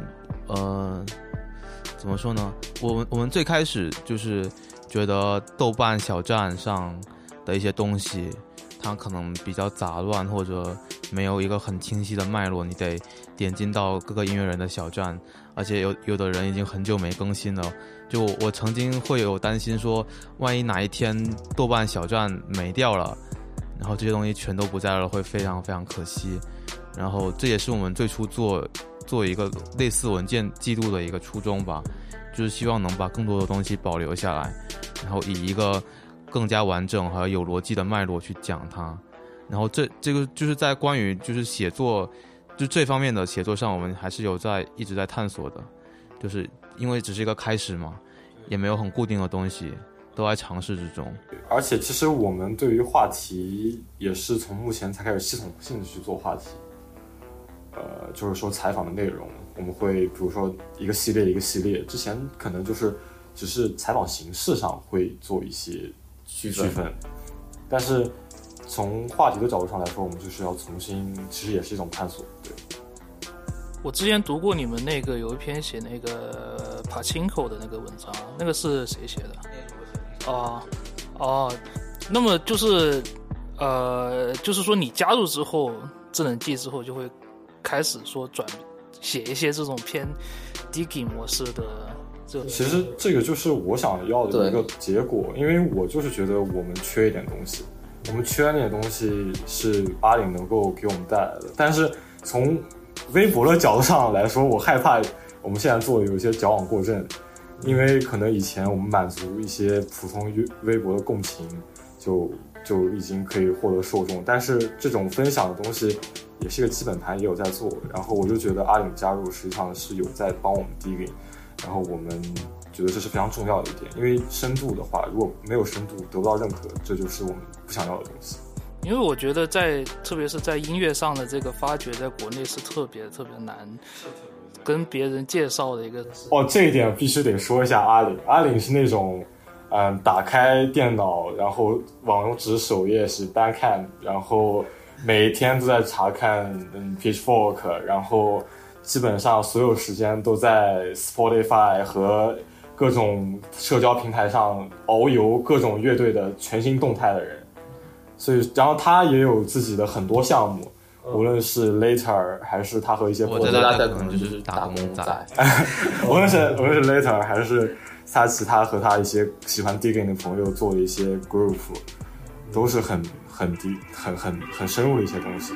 怎么说呢？我们最开始就是觉得豆瓣小站上的一些东西，它可能比较杂乱，或者没有一个很清晰的脉络，你得点进到各个音乐人的小站，而且有的人已经很久没更新了。就我曾经会有担心说，万一哪一天豆瓣小站没掉了，然后这些东西全都不在了，会非常非常可惜。然后这也是我们最初做一个类似文件记录的一个初衷吧，就是希望能把更多的东西保留下来，然后以一个更加完整和有逻辑的脉络去讲它。然后这个就是在关于就是写作就这方面的写作上，我们还是一直在探索的，就是因为只是一个开始嘛，也没有很固定的东西，都在尝试之中。
而且其实我们对于话题也是从目前才开始系统性的去做话题。就是说采访的内容，我们会比如说一个系列，之前可能就是只是采访形式上会做一些区分，但是从话题的角度上来说，我们就是要重新，其实也是一种探索。对，
我之前读过你们那个有一篇写那个帕钦口的那个文章，那个是谁写的？那么就是就是说你加入之后，智能技之后就会开始说写一些这种偏 digging 模式的这种。
其实这个就是我想要的一个结果，因为我就是觉得我们缺一点东西，我们缺那些东西是阿岭能够给我们带来的。但是从微博的角度上来说，我害怕我们现在做的有一些矫枉过正，因为可能以前我们满足一些普通微博的共情，就已经可以获得受众，但是这种分享的东西也是一个基本盘，也有在做。然后我就觉得阿岭加入实际上是有在帮我们 digging， 然后我们觉得这是非常重要的一点，因为深度的话，如果没有深度得不到认可，这就是我们不想要的东西。
因为我觉得特别是在音乐上的这个发掘，在国内是特别难跟别人介绍的一个。
这一点必须得说一下阿岭。阿岭是那种，打开电脑，然后网址首页是 Bandcamp， 然后每一天都在查看Pitchfork， 然后基本上所有时间都在 Spotify 和各种社交平台上遨游各种乐队的全新动态的人。所以，然后他也有自己的很多项目。无论是 Later 还是他和一些
我觉得他可能就是打工仔，
无论是 Later 还是他其他和他一些喜欢 digging 的朋友做的一些 group， 都是很深入的一些东西。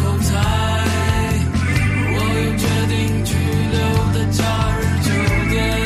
我又决定去留的假日酒店。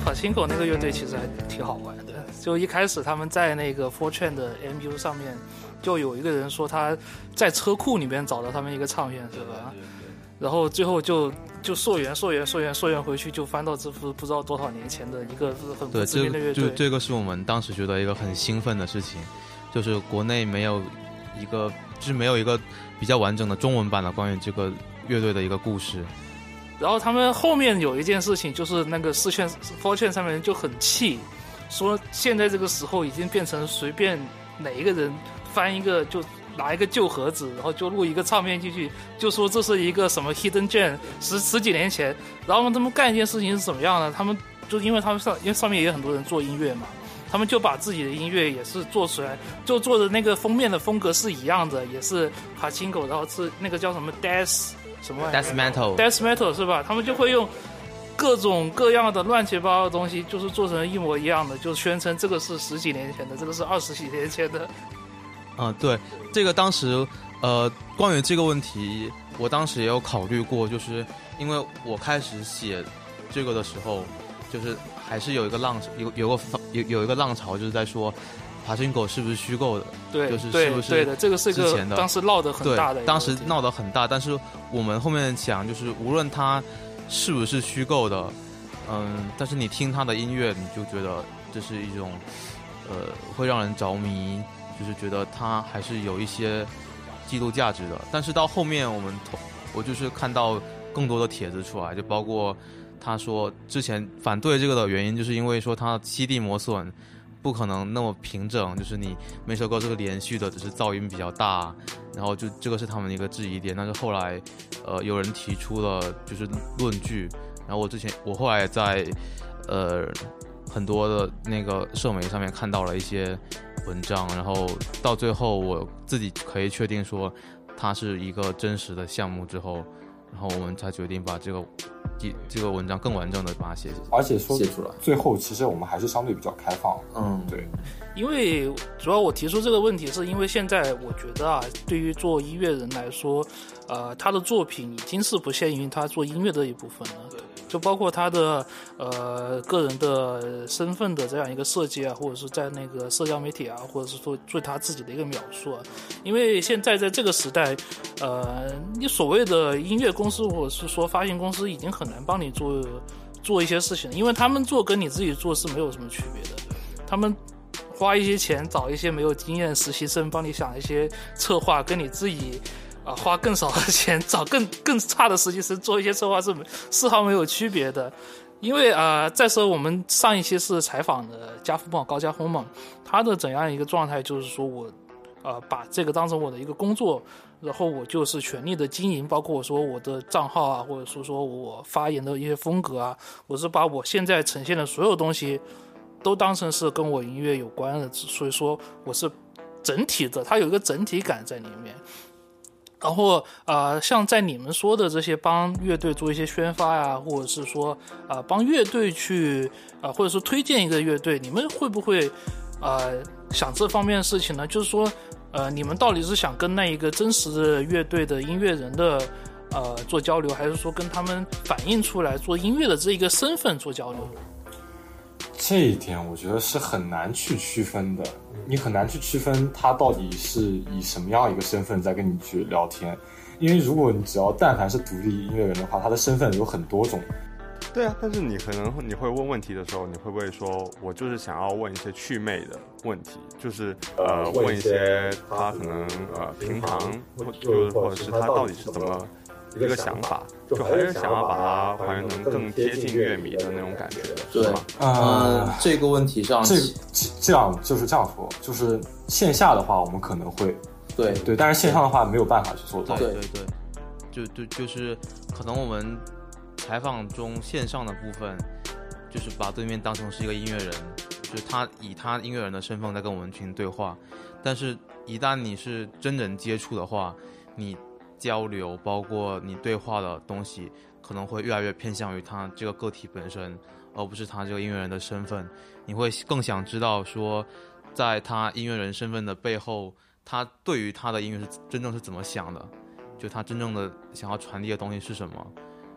Pachinko 那个乐队其实还挺好玩的，就一开始他们在那个 4Chan 的 MU 上面，就有一个人说他在车库里面找到他们一个唱片，是吧？然后最后就溯源回去，就翻到这不知道多少年前的一个很不知名的乐队。
这个是我们当时觉得一个很兴奋的事情，就是国内没有一个比较完整的中文版的关于这个乐队的一个故事。
然后他们后面有一件事情，就是那个4Chan上面就很气，说现在这个时候已经变成随便哪一个人翻一个就拿一个旧盒子，然后就录一个唱片进去，就说这是一个什么 hidden gem， 十几年前。然后他们干一件事情是怎么样呢？他们就因为上面也有很多人做音乐嘛，他们就把自己的音乐也是做出来，就做的那个封面的风格是一样的，也是 Pachinko， 然后是那个叫什么 Death 什么
Death
Metal 是吧？他们就会用各种各样的乱七八糟的东西，就是做成一模一样的，就宣称这个是10几年前的，这个是20几年前的。
对，这个当时关于这个问题，我当时也有考虑过，就是因为我开始写这个的时候，就是还是有一个有一个浪潮，就是在说Pachinko是不是虚构的？
对，
就是是不是
对的，这个是个当时闹得很大的。
对，当时闹得很大，但是我们后面想，就是无论它是不是虚构的，但是你听他的音乐，你就觉得这是一种会让人着迷，就是觉得他还是有一些记录价值的。但是到后面我就是看到更多的帖子出来，就包括他说之前反对这个的原因，就是因为说他的CD磨损不可能那么平整，就是你每首歌是个连续的，只是噪音比较大，然后就这个是他们的一个质疑点。但是后来有人提出了就是论据，然后我后来在很多的那个社媒上面看到了一些文章，然后到最后我自己可以确定说它是一个真实的项目之后，然后我们才决定把这个文章更完整的把它写
出来。最后其实我们还是相对比较开放。对。
因为主要我提出这个问题，是因为现在我觉得啊，对于做音乐人来说，他的作品已经是不限于他做音乐的一部分了。就包括他的个人的身份的这样一个设计啊，或者是在那个社交媒体啊，或者是说对他自己的一个描述啊。因为现在在这个时代，你所谓的音乐公司或者是说发行公司已经很难帮你做一些事情，因为他们做跟你自己做是没有什么区别的。他们花一些钱找一些没有经验的实习生帮你想一些策划，跟你自己花更少的钱找更差的实习生做一些策划是丝毫没有区别的。因为再说我们上一期是采访的高家锋嘛，他的怎样一个状态就是说我把这个当成我的一个工作，然后我就是全力的经营，包括我说我的账号啊，或者说我发言的一些风格啊，我是把我现在呈现的所有东西都当成是跟我音乐有关的，所以说我是整体的，它有一个整体感在里面。然后像在你们说的这些帮乐队做一些宣发呀，或者是说帮乐队去或者说推荐一个乐队，你们会不会想这方面的事情呢？就是说你们到底是想跟那一个真实的乐队的音乐人的做交流，还是说跟他们反映出来做音乐的这一个身份做交流？
这一点我觉得是很难去区分的，你很难去区分他到底是以什么样一个身份在跟你去聊天，因为如果你只要但凡是独立音乐人的话，他的身份有很多种。
对啊，但是你会问问题的时候，你会不会说我就是想要问一些趣味的问题，就是问一些他可能平常或者是他到底是怎么一个想法，就还是想要把它还原成更贴近乐迷的那种感觉，
对
吗？
这个问题上，
这样说，就是线下的话我们可能会对，但是线上的话没有办法去做到。
对，就是可能我们采访中线上的部分，就是把对面当成是一个音乐人，就是他以他音乐人的身份在跟我们进行对话，但是一旦你是真人接触的话，你交流包括你对话的东西可能会越来越偏向于他这个个体本身，而不是他这个音乐人的身份。你会更想知道说在他音乐人身份的背后，他对于他的音乐是真正是怎么想的，就他真正的想要传递的东西是什么。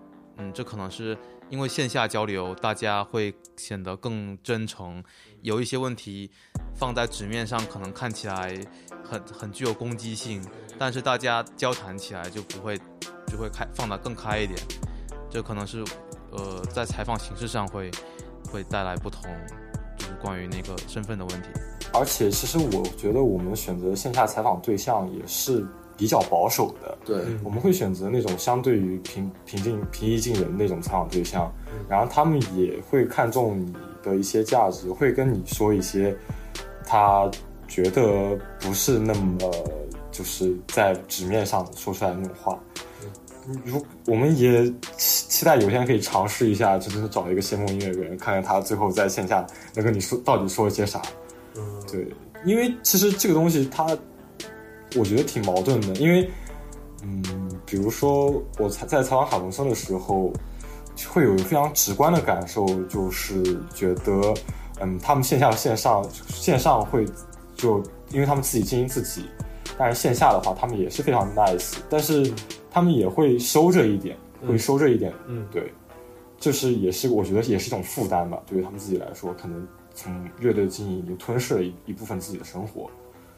这可能是因为线下交流，大家会显得更真诚，有一些问题放在纸面上可能看起来很具有攻击性，但是大家交谈起来就会放得更开一点。这可能是在采访形式上会带来不同，就是关于那个身份的问题。
而且其实我觉得我们选择线下采访对象也是比较保守的，
对，
我们会选择那种相对于平易近人那种采访对象，然后他们也会看重你的一些价值，会跟你说一些他觉得不是那么就是在纸面上说出来的那种话。我们也期待有一天可以尝试一下，真的找一个先锋音乐人，看看他最后在线下能跟你说到底说一些啥。对，因为其实这个东西我觉得挺矛盾的，因为比如说我在采访卡农森的时候，会有非常直观的感受，就是觉得他们线下和线上会就因为他们自己经营自己，但是线下的话他们也是非常 nice， 但是他们也会收着一点，对，就是也是我觉得也是一种负担吧，对于他们自己来说，可能从乐队经营已经吞噬了一部分自己的生活。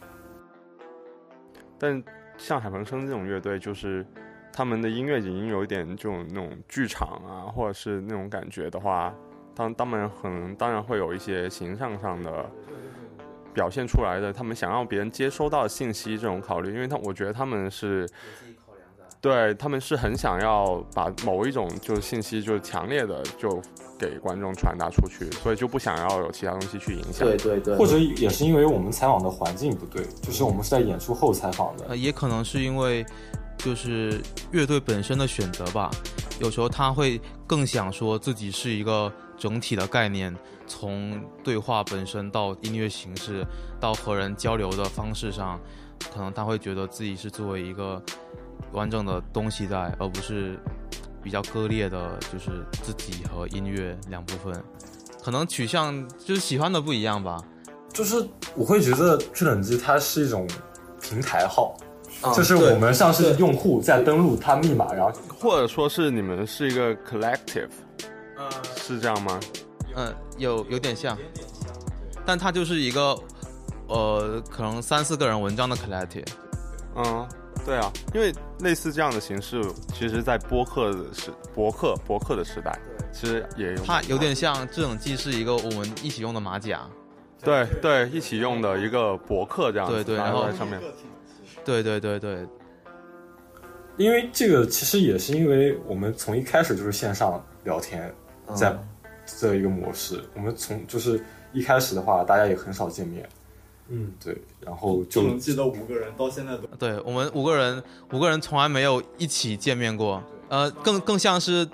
但
像海鹏生这种乐队，就是他们的音乐已经有一点这种那种剧场啊，或者是那种感觉的话，当然会有一些形象上的表现出来的，他们想让别人接收到信息这种考虑，因为我觉得他们是对，他们是很想要把某一种就是信息就是强烈的就给观众传达出去，所以就不想要有其他东西去影响。
对对对，
或者也是因为我们采访的环境不对，就是我们是在演出后采访的。
也可能是因为就是乐队本身的选择吧，有时候他会更想说自己是一个整体的概念，从对话本身到音乐形式到和人交流的方式上，可能他会觉得自己是作为一个完整的东西在，而不是比较割裂的，就是自己和音乐两部分，可能取向就是喜欢的不一样吧。
就是我会觉得制冷机它是一种平台号，就是我们像是用户在登录它密码，然后
或者说是你们是一个 collective，是这样吗？
有点像，但它就是一个可能3-4个人文章的 collective。
对啊，因为类似这样的形式，其实在博客的时代，其实也有。
它有点像制冷剂是一个我们一起用的马甲，
对对，一起用的一个博客这样子，
对，然后
在上面，
对，
因为这个其实也是因为我们从一开始就是线上聊天，在这一个模式，我们从就是一开始的话，大家也很少见面。对，然后就
记得5个人到现在都
对，我们五个人从来没有一起见面过，更像是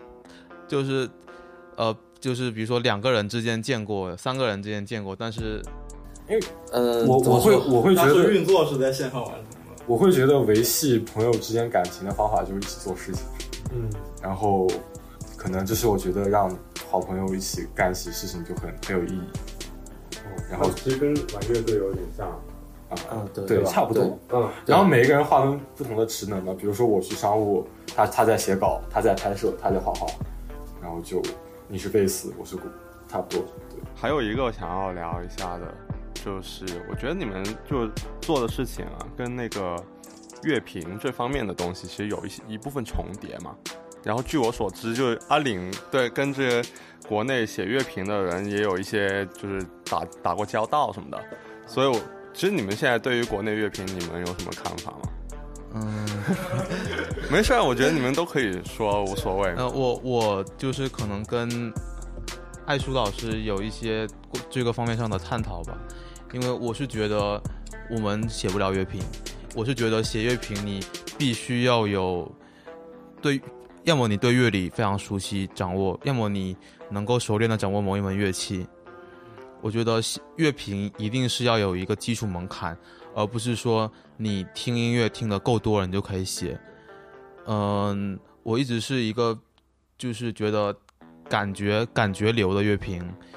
就是比如说2个人之间见过，3个人之间见过，但是
因为我会觉得
运作是在线上完成的，
我会觉得维系朋友之间感情的方法就是一起做事情，然后可能就是我觉得让好朋友一起干一些事情就很有意义。然后
其实跟玩乐队有点像
对，差不多。然后每一个人划分不同的职能嘛，比如说我是商务，他在写稿，他在拍摄，他在画画，然后就你是贝斯，我是鼓，差不多。对。
还有一个想要聊一下的，就是我觉得你们就做的事情啊，跟那个乐评这方面的东西，其实有一部分重叠嘛。然后据我所知，就是阿岭对跟这个国内写乐评的人也有一些就是打过交道什么的，所以其实你们现在对于国内乐评，你们有什么看法吗？没事，我觉得你们都可以说，无所谓。
我就是可能跟艾舒老师有一些这个方面上的探讨吧，因为我是觉得我们写不了乐评，我是觉得写乐评你必须要有要么你对乐理非常熟悉掌握，要么你能够熟练的掌握某一门乐器。我觉得乐评一定是要有一个基础门槛，而不是说你听音乐听得够多了你就可以写。我一直是一个就是觉得感觉流的乐评，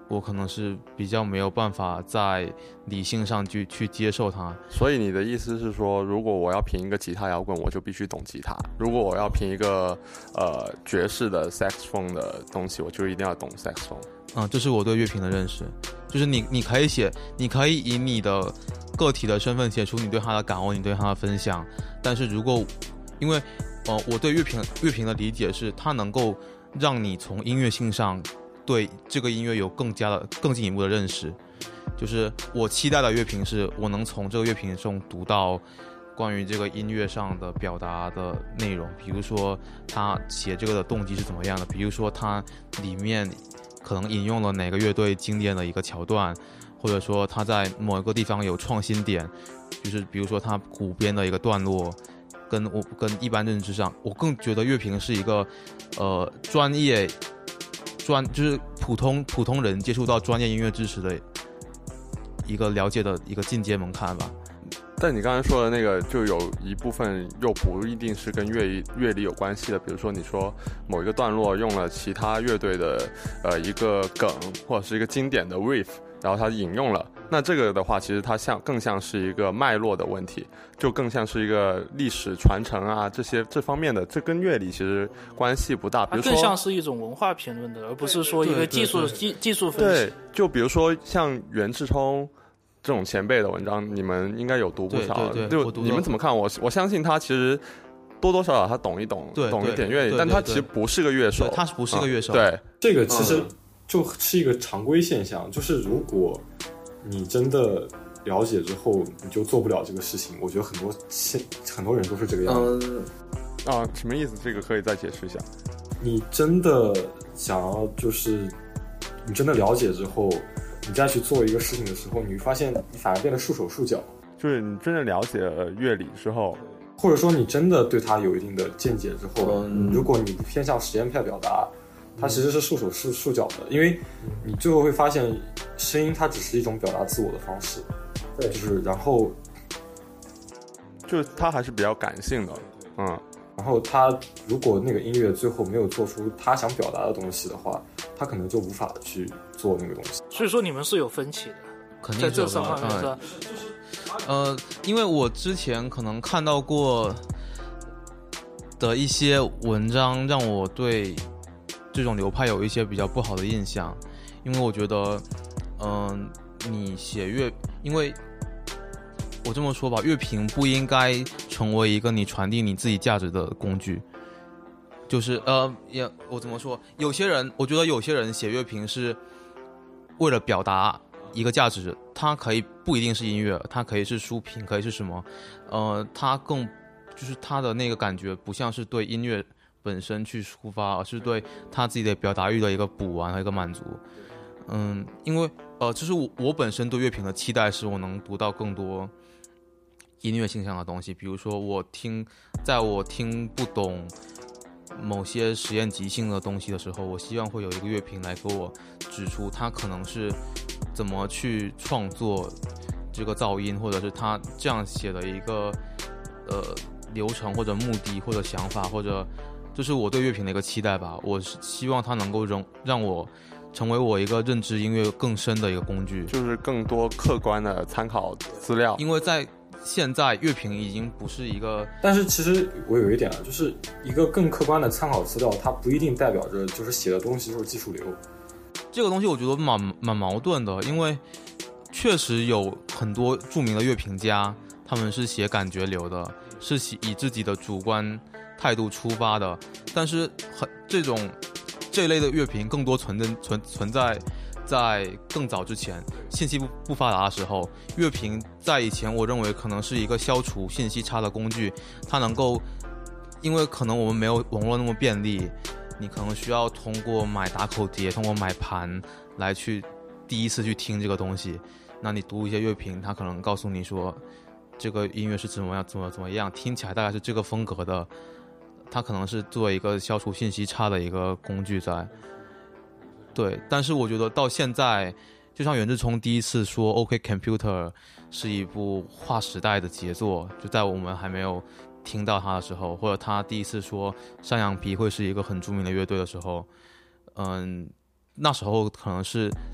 我可能是比较没有办法在理性上去接受它。
所以你的意思是说，如果我要评一个吉他摇滚，我就必须懂吉他；如果我要评一个爵士的 saxophone 的东西，我就一定要懂 saxophone。
这是我对乐评的认识，就是你可以写，你可以以你的个体的身份写出你对它的感悟，你对它的分享。但是如果因为我对乐评的理解是，它能够让你从音乐性上对这个音乐有更进一步的认识。就是我期待的乐评是我能从这个乐评中读到关于这个音乐上的表达的内容，比如说他写这个的动机是怎么样的，比如说他里面可能引用了哪个乐队经典的一个桥段，或者说他在某一个地方有创新点，就是比如说他鼓编的一个段落跟一般认知上，我更觉得乐评是一个专业就是普通人接触到专业音乐知识的一个了解的一个进阶门槛吧。
但你刚才说的那个，就有一部分又不一定是跟乐理有关系的，比如说你说某一个段落用了其他乐队的一个梗或者是一个经典的 riff， 然后它引用了，那这个的话其实它更像是一个脉络的问题，就更像是一个历史传承啊这方面的，这跟乐理其实关系不大。比如说
它更像是一种文化评论的，而不是说一个技术分析。
对，就比如说像袁志聪这种前辈的文章，你们应该有读不少。
对，
就你们怎么看？我相信他其实多多少少他懂一点乐理，但他其实不是个乐手，
他不是个乐手。
对，
这个其实就是一个常规现象，就是如果你真的了解之后，你就做不了这个事情。我觉得很多人都是这个样子。
什么意思？这个可以再解释一下。
你真的想要，就是你真的了解之后，你再去做一个事情的时候，你会发现你反而变得束手束脚。
就是你真正了解乐理之后，
或者说你真的对它有一定的见解之后，如果你不偏向实验派表达，它其实是束手束脚的，因为你最后会发现，声音它只是一种表达自我的方式。对，就是然后
就是它还是比较感性的，
然后他如果那个音乐最后没有做出他想表达的东西的话，他可能就无法去做那个东西。
所以说你们是有分歧的，
肯定
在这上面是吧？
因为我之前可能看到过的一些文章，让我对这种流派有一些比较不好的印象，因为我觉得，你写因为我这么说吧，乐评不应该成为一个你传递你自己价值的工具。就是我怎么说？我觉得有些人写乐评是为了表达一个价值，它可以不一定是音乐，它可以是书评，可以是什么？它更就是它的那个感觉不像是对音乐本身去抒发，而是对他自己的表达欲的一个补完和一个满足。因为就是我本身对乐评的期待是我能读到更多音乐性上的东西，比如说在我听不懂某些实验即兴的东西的时候，我希望会有一个乐评来给我指出他可能是怎么去创作这个噪音，或者是他这样写的一个流程或者目的或者想法，或者这是我对乐评的一个期待吧。我是希望它能够让我成为我一个认知音乐更深的一个工具，
就是更多客观的参考资料。
因为在现在乐评已经不是一个，
但是其实我有一点就是一个更客观的参考资料，它不一定代表着就是写的东西就是技术流。
这个东西我觉得蛮矛盾的，因为确实有很多著名的乐评家，他们是写感觉流的，是以自己的主观态度出发的，但是这一类的乐评更多存在在更早之前，信息不发达的时候，乐评在以前我认为可能是一个消除信息差的工具，它能够，因为可能我们没有网络那么便利，你可能需要通过买打口碟，通过买盘来去第一次去听这个东西，那你读一些乐评，它可能告诉你说这个音乐是怎么样，听起来大概是这个风格的，它可能是作为一个消除信息差的一个工具在。对，但是我觉得到现在，就像袁志聪第一次说 OK Computer 是一部划时代的杰作，就在我们还没有听到他的时候，或者他第一次说山羊皮会是一个很著名的乐队的时候，那时候可能是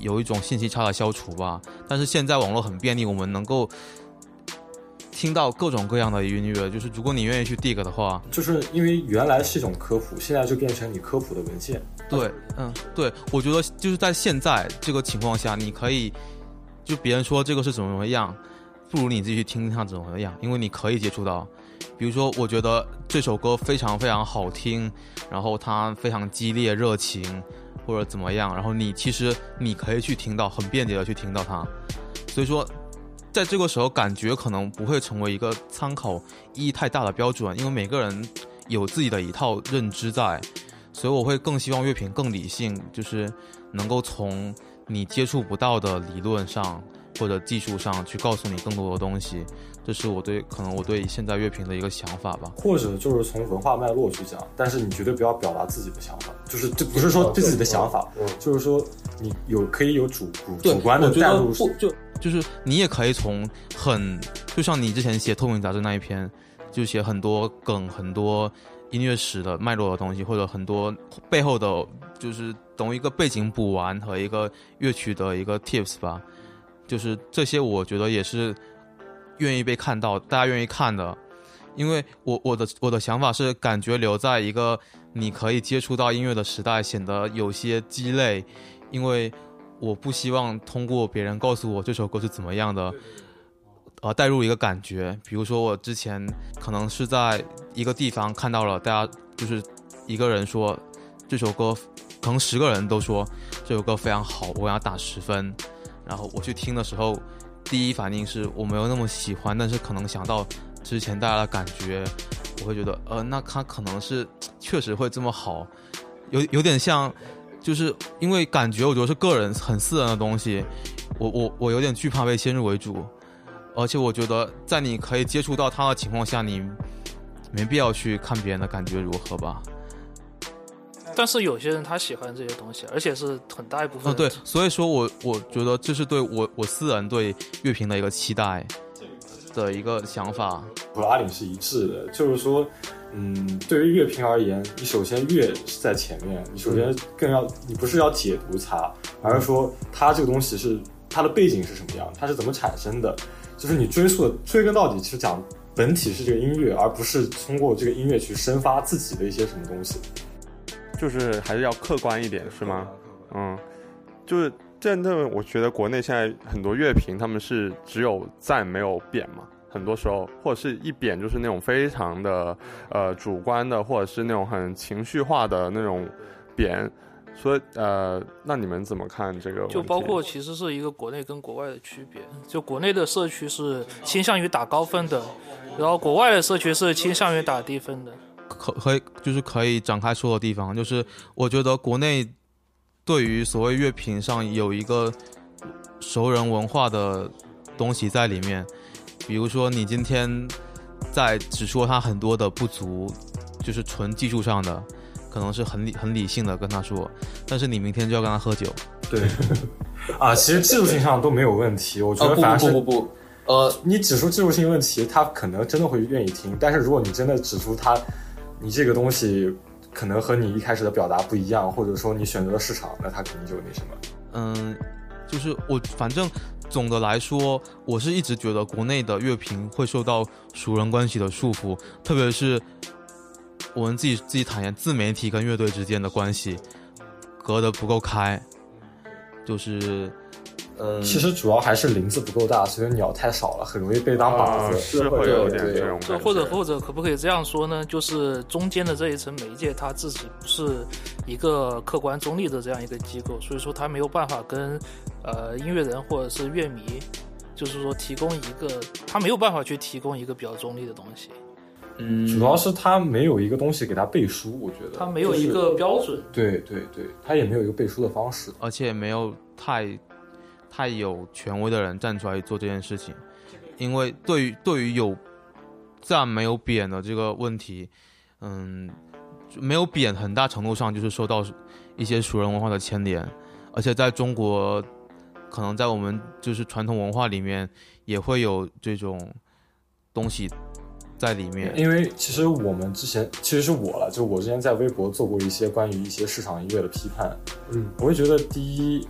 有一种信息差的消除吧。但是现在网络很便利，我们能够听到各种各样的音乐，就是如果你愿意去 dig 的话，
就是因为原来是一种科普，现在就变成你科普的文献。
对，对，我觉得就是在现在这个情况下，你可以就别人说这个是怎么样，不如你自己去听听它怎么样，因为你可以接触到。比如说我觉得这首歌非常非常好听，然后它非常激烈热情或者怎么样，然后其实你可以去听到，很便捷的去听到它。所以说在这个时候感觉可能不会成为一个参考意义太大的标准，因为每个人有自己的一套认知在，所以我会更希望乐评更理性，就是能够从你接触不到的理论上或者技术上去告诉你更多的东西。这是可能我对现在乐评的一个想法吧，
或者就是从文化脉络去讲，但是你绝对不要表达自己的想法，就是这不是说对自己的想法，就是说你可以有主观的带入，
就是你也可以从就像你之前写透明杂志那一篇，就写很多梗、很多音乐史的脉络的东西，或者很多背后的，就是懂一个背景补完和一个乐曲的一个 tips 吧，就是这些我觉得也是愿意被看到，大家愿意看的。因为我的想法是，感觉留在一个你可以接触到音乐的时代显得有些鸡肋，因为我不希望通过别人告诉我这首歌是怎么样的带入一个感觉。比如说我之前可能是在一个地方看到了，大家就是一个人说这首歌，可能10个人都说这首歌非常好，我要打10分，然后我去听的时候第一反应是我没有那么喜欢，但是可能想到之前大家的感觉，我会觉得那他可能是确实会这么好，有点像，就是因为感觉我觉得是个人很私人的东西，我有点惧怕被先入为主，而且我觉得在你可以接触到他的情况下，你没必要去看别人的感觉如何吧。
但是有些人他喜欢这些东西，而且是很大一部分
对，所以说我觉得这是对我私人对乐评的一个期待的一个想法，
和阿岭是一致的，就是说，对于乐评而言，你首先乐是在前面，你首先你不是要解读它，而是说它这个东西是它的背景是什么样，它是怎么产生的，就是你追根到底，其实讲本体是这个音乐，而不是通过这个音乐去生发自己的一些什么东西。
就是还是要客观一点，是吗？就是真的，我觉得国内现在很多乐评他们是只有赞没有贬嘛，很多时候或者是一贬就是那种非常的主观的，或者是那种很情绪化的那种贬。所以那你们怎么看这个问题？
就包括其实是一个国内跟国外的区别，就国内的社区是倾向于打高分的，然后国外的社区是倾向于打低分的。
可以展开说的地方，就是我觉得国内对于所谓乐评上有一个熟人文化的东西在里面，比如说你今天在只说他很多的不足，就是纯技术上的，可能是很理性的跟他说，但是你明天就要跟他喝酒。对
其实技术性上都没有问题，我觉得反而是
不
你指出技术性问题，他可能真的会愿意听，但是如果你真的指出你这个东西可能和你一开始的表达不一样，或者说你选择了市场，那他肯定就那什么。
就是反正总的来说，我是一直觉得国内的乐评会受到熟人关系的束缚，特别是我们自己坦言，自媒体跟乐队之间的关系隔得不够开，就是
其实主要还是林子不够大，所以鸟太少了，很容易被当靶子，
是会有点这种感觉。
或者可不可以这样说呢？就是中间的这一层媒介，它自己不是一个客观中立的这样一个机构，所以说它没有办法跟音乐人或者是乐迷，就是说它没有办法去提供一个比较中立的东西。
主要是它没有一个东西给它背书，我觉得
它没有一个标准。
对，它也没有一个背书的方式，
而且没有太有权威的人站出来做这件事情，因为对于有赞没有贬的这个问题，没有贬很大程度上就是受到一些熟人文化的牵连，而且在中国，可能在我们就是传统文化里面也会有这种东西在里面。
因为其实是我了，就我之前在微博做过一些关于一些市场音乐的批判，我会觉得第一，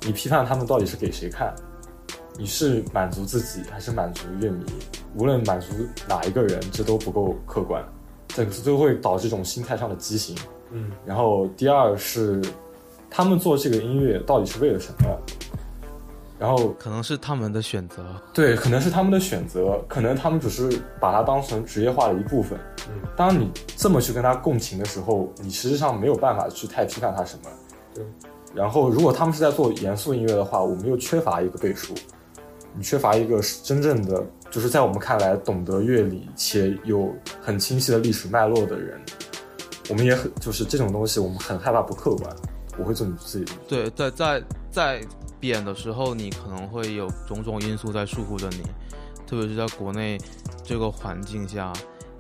你批判他们到底是给谁看？你是满足自己还是满足乐迷？无论满足哪一个人，这都不够客观，这就会导致这种心态上的畸形。然后第二是他们做这个音乐到底是为了什么？然后
可能是他们的选择，
对，可能是他们的选择，可能他们只是把它当成职业化的一部分。当你这么去跟他共情的时候，你实际上没有办法去太批判他什么。
对。
然后如果他们是在做严肃音乐的话，我们又缺乏一个背书，你缺乏一个真正的就是在我们看来懂得乐理且有很清晰的历史脉络的人。我们也很就是这种东西我们很害怕不客观，我会这么自己。
对，在贬的时候，你可能会有种种因素在束缚着你，特别是在国内这个环境下，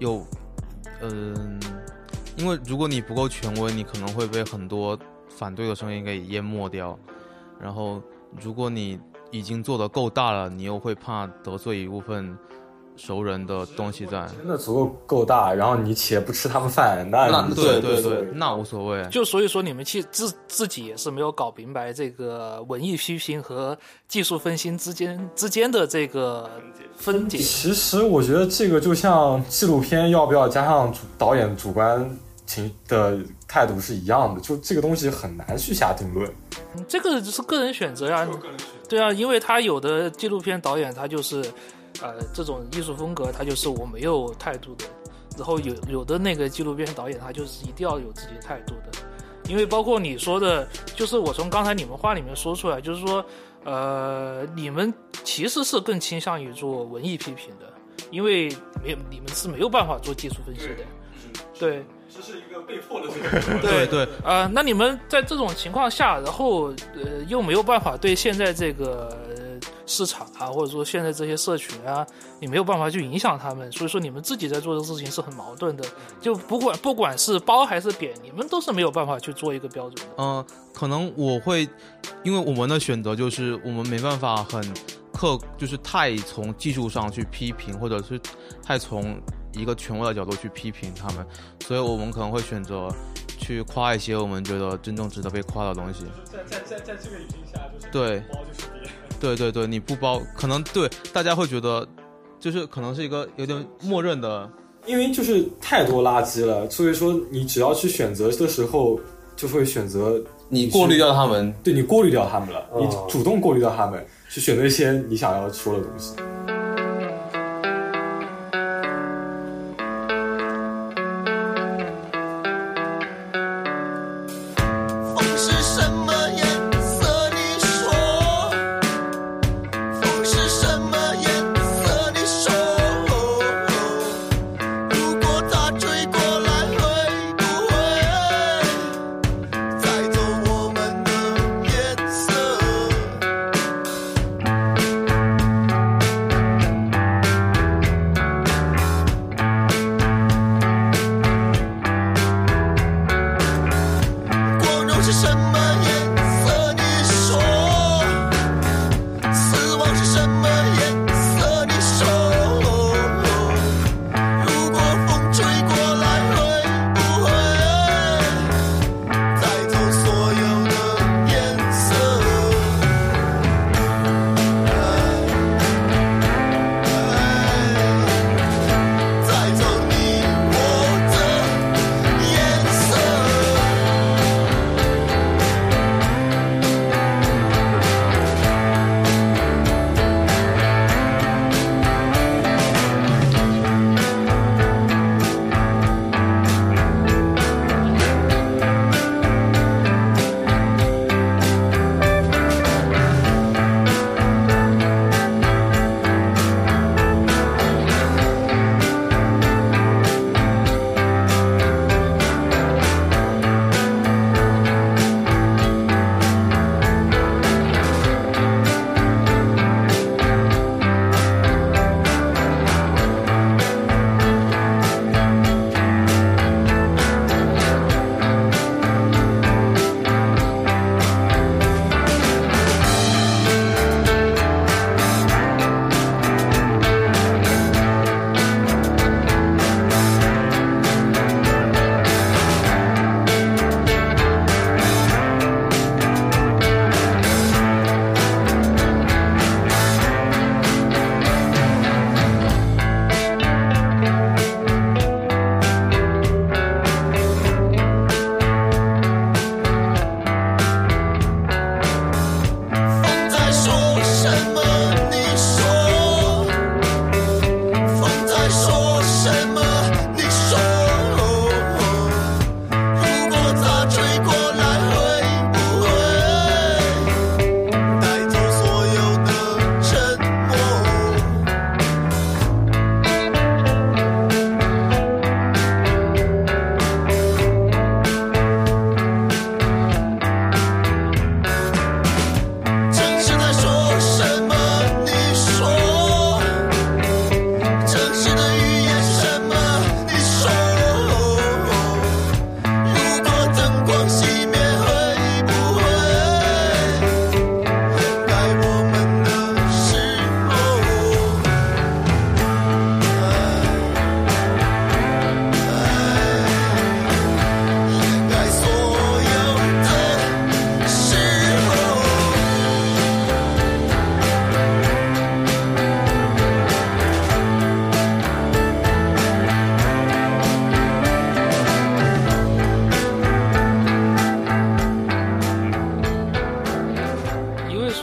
因为如果你不够权威，你可能会被很多反对的声音给淹没掉，然后如果你已经做得够大了，你又会怕得罪一部分熟人的东西在，
真的足够大，然后你且不吃他们饭，那
对，那无所谓。
就所以说，你们其实自己也是没有搞明白这个文艺批评和技术分析之间的这个分解。
其实我觉得这个就像纪录片要不要加上导演主观的态度是一样的，就这个东西很难去下定论。
这个是个人选择呀，对啊，因为他有的纪录片导演他就是。这种艺术风格，他就是我没有态度的。然后有的那个纪录片导演，他就是一定要有自己的态度的。因为包括你说的，就是我从刚才你们话里面说出来，就是说，你们其实是更倾向于做文艺批评的，因为你们是没有办法做技术分析的。对，
这是一个被迫的这个。
对，
那你们在这种情况下，然后又没有办法对现在这个。市场啊，或者说现在这些社群啊，你没有办法去影响他们，所以说你们自己在做的事情是很矛盾的。就不管是褒还是贬，你们都是没有办法去做一个标准的。
可能我会，因为我们的选择就是我们没办法就是太从技术上去批评，或者是太从一个权威的角度去批评他们，所以我们可能会选择去夸一些我们觉得真正值得被夸的东西。
在这个语境下，就是
对，
包就是别。
对，你不包，可能对大家会觉得，就是可能是一个有点默认的，
因为就是太多垃圾了，所以说你只要去选择的时候，就会选择
你过滤掉他们，
对你过滤掉他们了，你主动过滤掉他们，去选择一些你想要说的东西。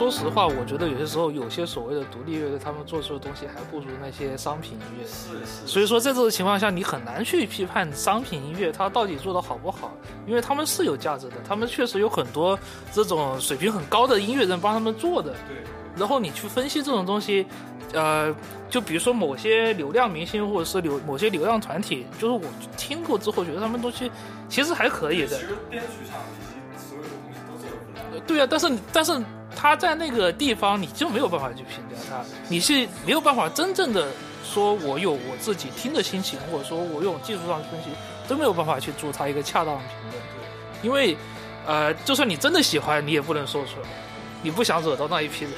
说实话，我觉得有些时候有些所谓的独立乐队，他们做出的东西还不如那些商品音乐。所以说在这种情况下，你很难去批判商品音乐它到底做得好不好，因为他们是有价值的，他们确实有很多这种水平很高的音乐人帮他们做的。
对。
然后你去分析这种东西，就比如说某些流量明星或者是某些流量团体，就是我听过之后觉得他们东西其实还可以的。
其实编曲上以及所有的东西都做得很好。
对啊，但是他在那个地方你就没有办法去评价他，你是没有办法真正的说我有我自己听的心情，或者说我用技术上分析都没有办法去做他一个恰当的评论。因为就算你真的喜欢，你也不能说出来，你不想惹到那一批人。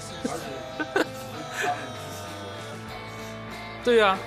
对呀、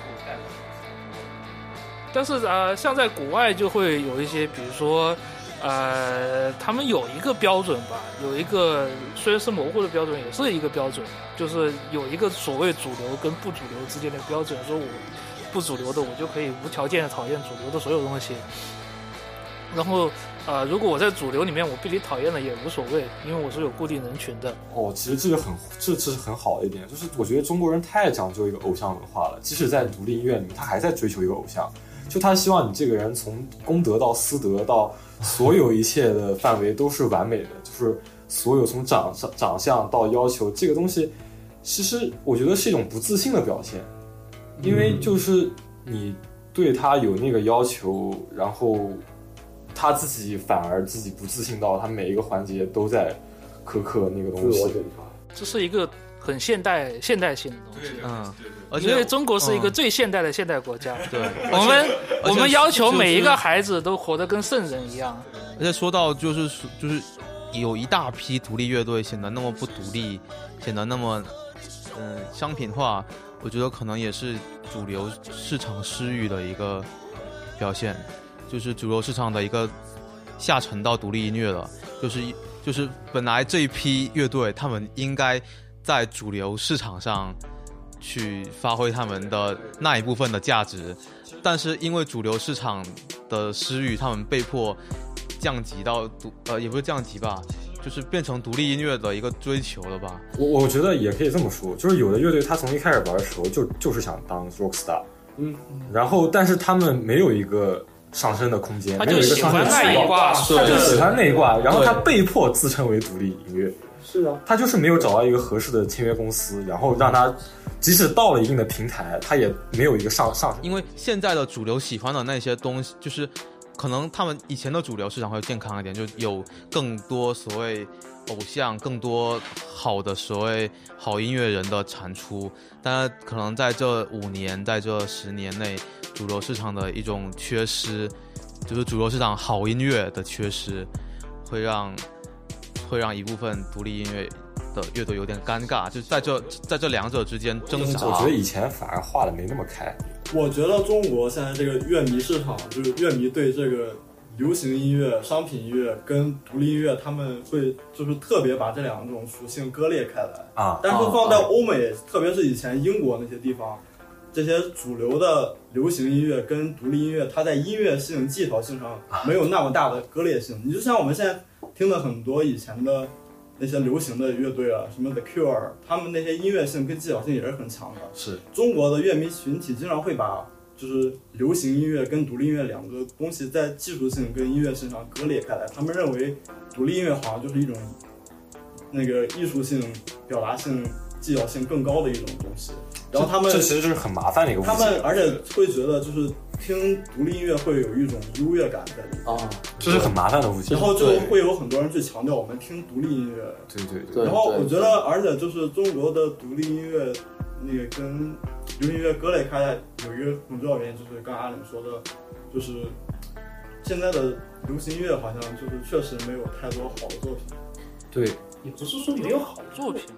但是像在国外就会有一些，比如说他们有一个标准吧，有一个虽然是模糊的标准，也是一个标准，就是有一个所谓主流跟不主流之间的标准，说我不主流的我就可以无条件的讨厌主流的所有东西，然后如果我在主流里面我被你讨厌了也无所谓，因为我是有固定人群的。
其实这是很好的一点，就是我觉得中国人太讲究一个偶像文化了，即使在独立音乐里面他还在追求一个偶像，就他希望你这个人从公德到私德到所有一切的范围都是完美的，就是所有从长相到要求，这个东西其实我觉得是一种不自信的表现，因为就是你对他有那个要求，然后他自己反而自己不自信到他每一个环节都在苛刻那个东西。
这是一个很现代性的东西。
而且
因为中国是一个最现代的现代国家。
对，
我们要求每一个孩子都活得跟圣人一样。
而且说到就是有一大批独立乐队显得那么不独立，显得那么商品化，我觉得可能也是主流市场失域的一个表现，就是主流市场的一个下沉到独立音乐了，就是本来这一批乐队他们应该在主流市场上去发挥他们的那一部分的价值，但是因为主流市场的失域，他们被迫降级到也不是降级吧，就是变成独立音乐的一个追求了吧。
我觉得也可以这么说，就是有的乐队他从一开始玩的时候就是想当 rockstar，然后但是他们没有一个上升的空间，
他就喜欢那一挂，
他就喜欢那一挂，然后他被迫自称为独立音乐。
是啊，
他就是没有找到一个合适的签约公司，然后让他即使到了一定的平台，他也没有一个上升。
因为现在的主流喜欢的那些东西，就是可能他们以前的主流市场会健康一点，就有更多所谓偶像，更多好的所谓好音乐人的产出，但是可能在这5年，在这10年内，主流市场的一种缺失，就是主流市场好音乐的缺失，会让一部分独立音乐的乐队有点尴尬，就在这两者之间挣扎。
我觉得以前反而画的没那么开。
我觉得中国现在这个乐迷市场，就是乐迷对这个流行音乐、商品音乐跟独立音乐，他们会就是特别把这两种属性割裂开来
啊。
但是放在欧美，特别是以前英国那些地方，这些主流的流行音乐跟独立音乐，它在音乐性、技巧性上没有那么大的割裂性。你就像我们现在听的很多以前的那些流行的乐队啊，什么 The Cure， 他们那些音乐性跟技巧性也是很强的。
是
中国的乐迷群体经常会把就是流行音乐跟独立音乐两个东西在技术性跟音乐性上割裂开来，他们认为独立音乐好像就是一种那个艺术性、表达性、技巧性更高的一种东西。然后他们
这其实就是很麻烦的一个问题。
他们而且会觉得就是听独立音乐会有一种优越感在里面
啊，这是很麻烦的问题。
然后就会有很多人去强调我们听独立音乐。
对。
然后我觉得，而且就是中国的独立音乐那个跟流行音乐割裂开来，有一个很重要原因，就是刚刚阿岭说的，就是现在的流行音乐好像就是确实没有太多好的作品。
对，
也不是说没有好作品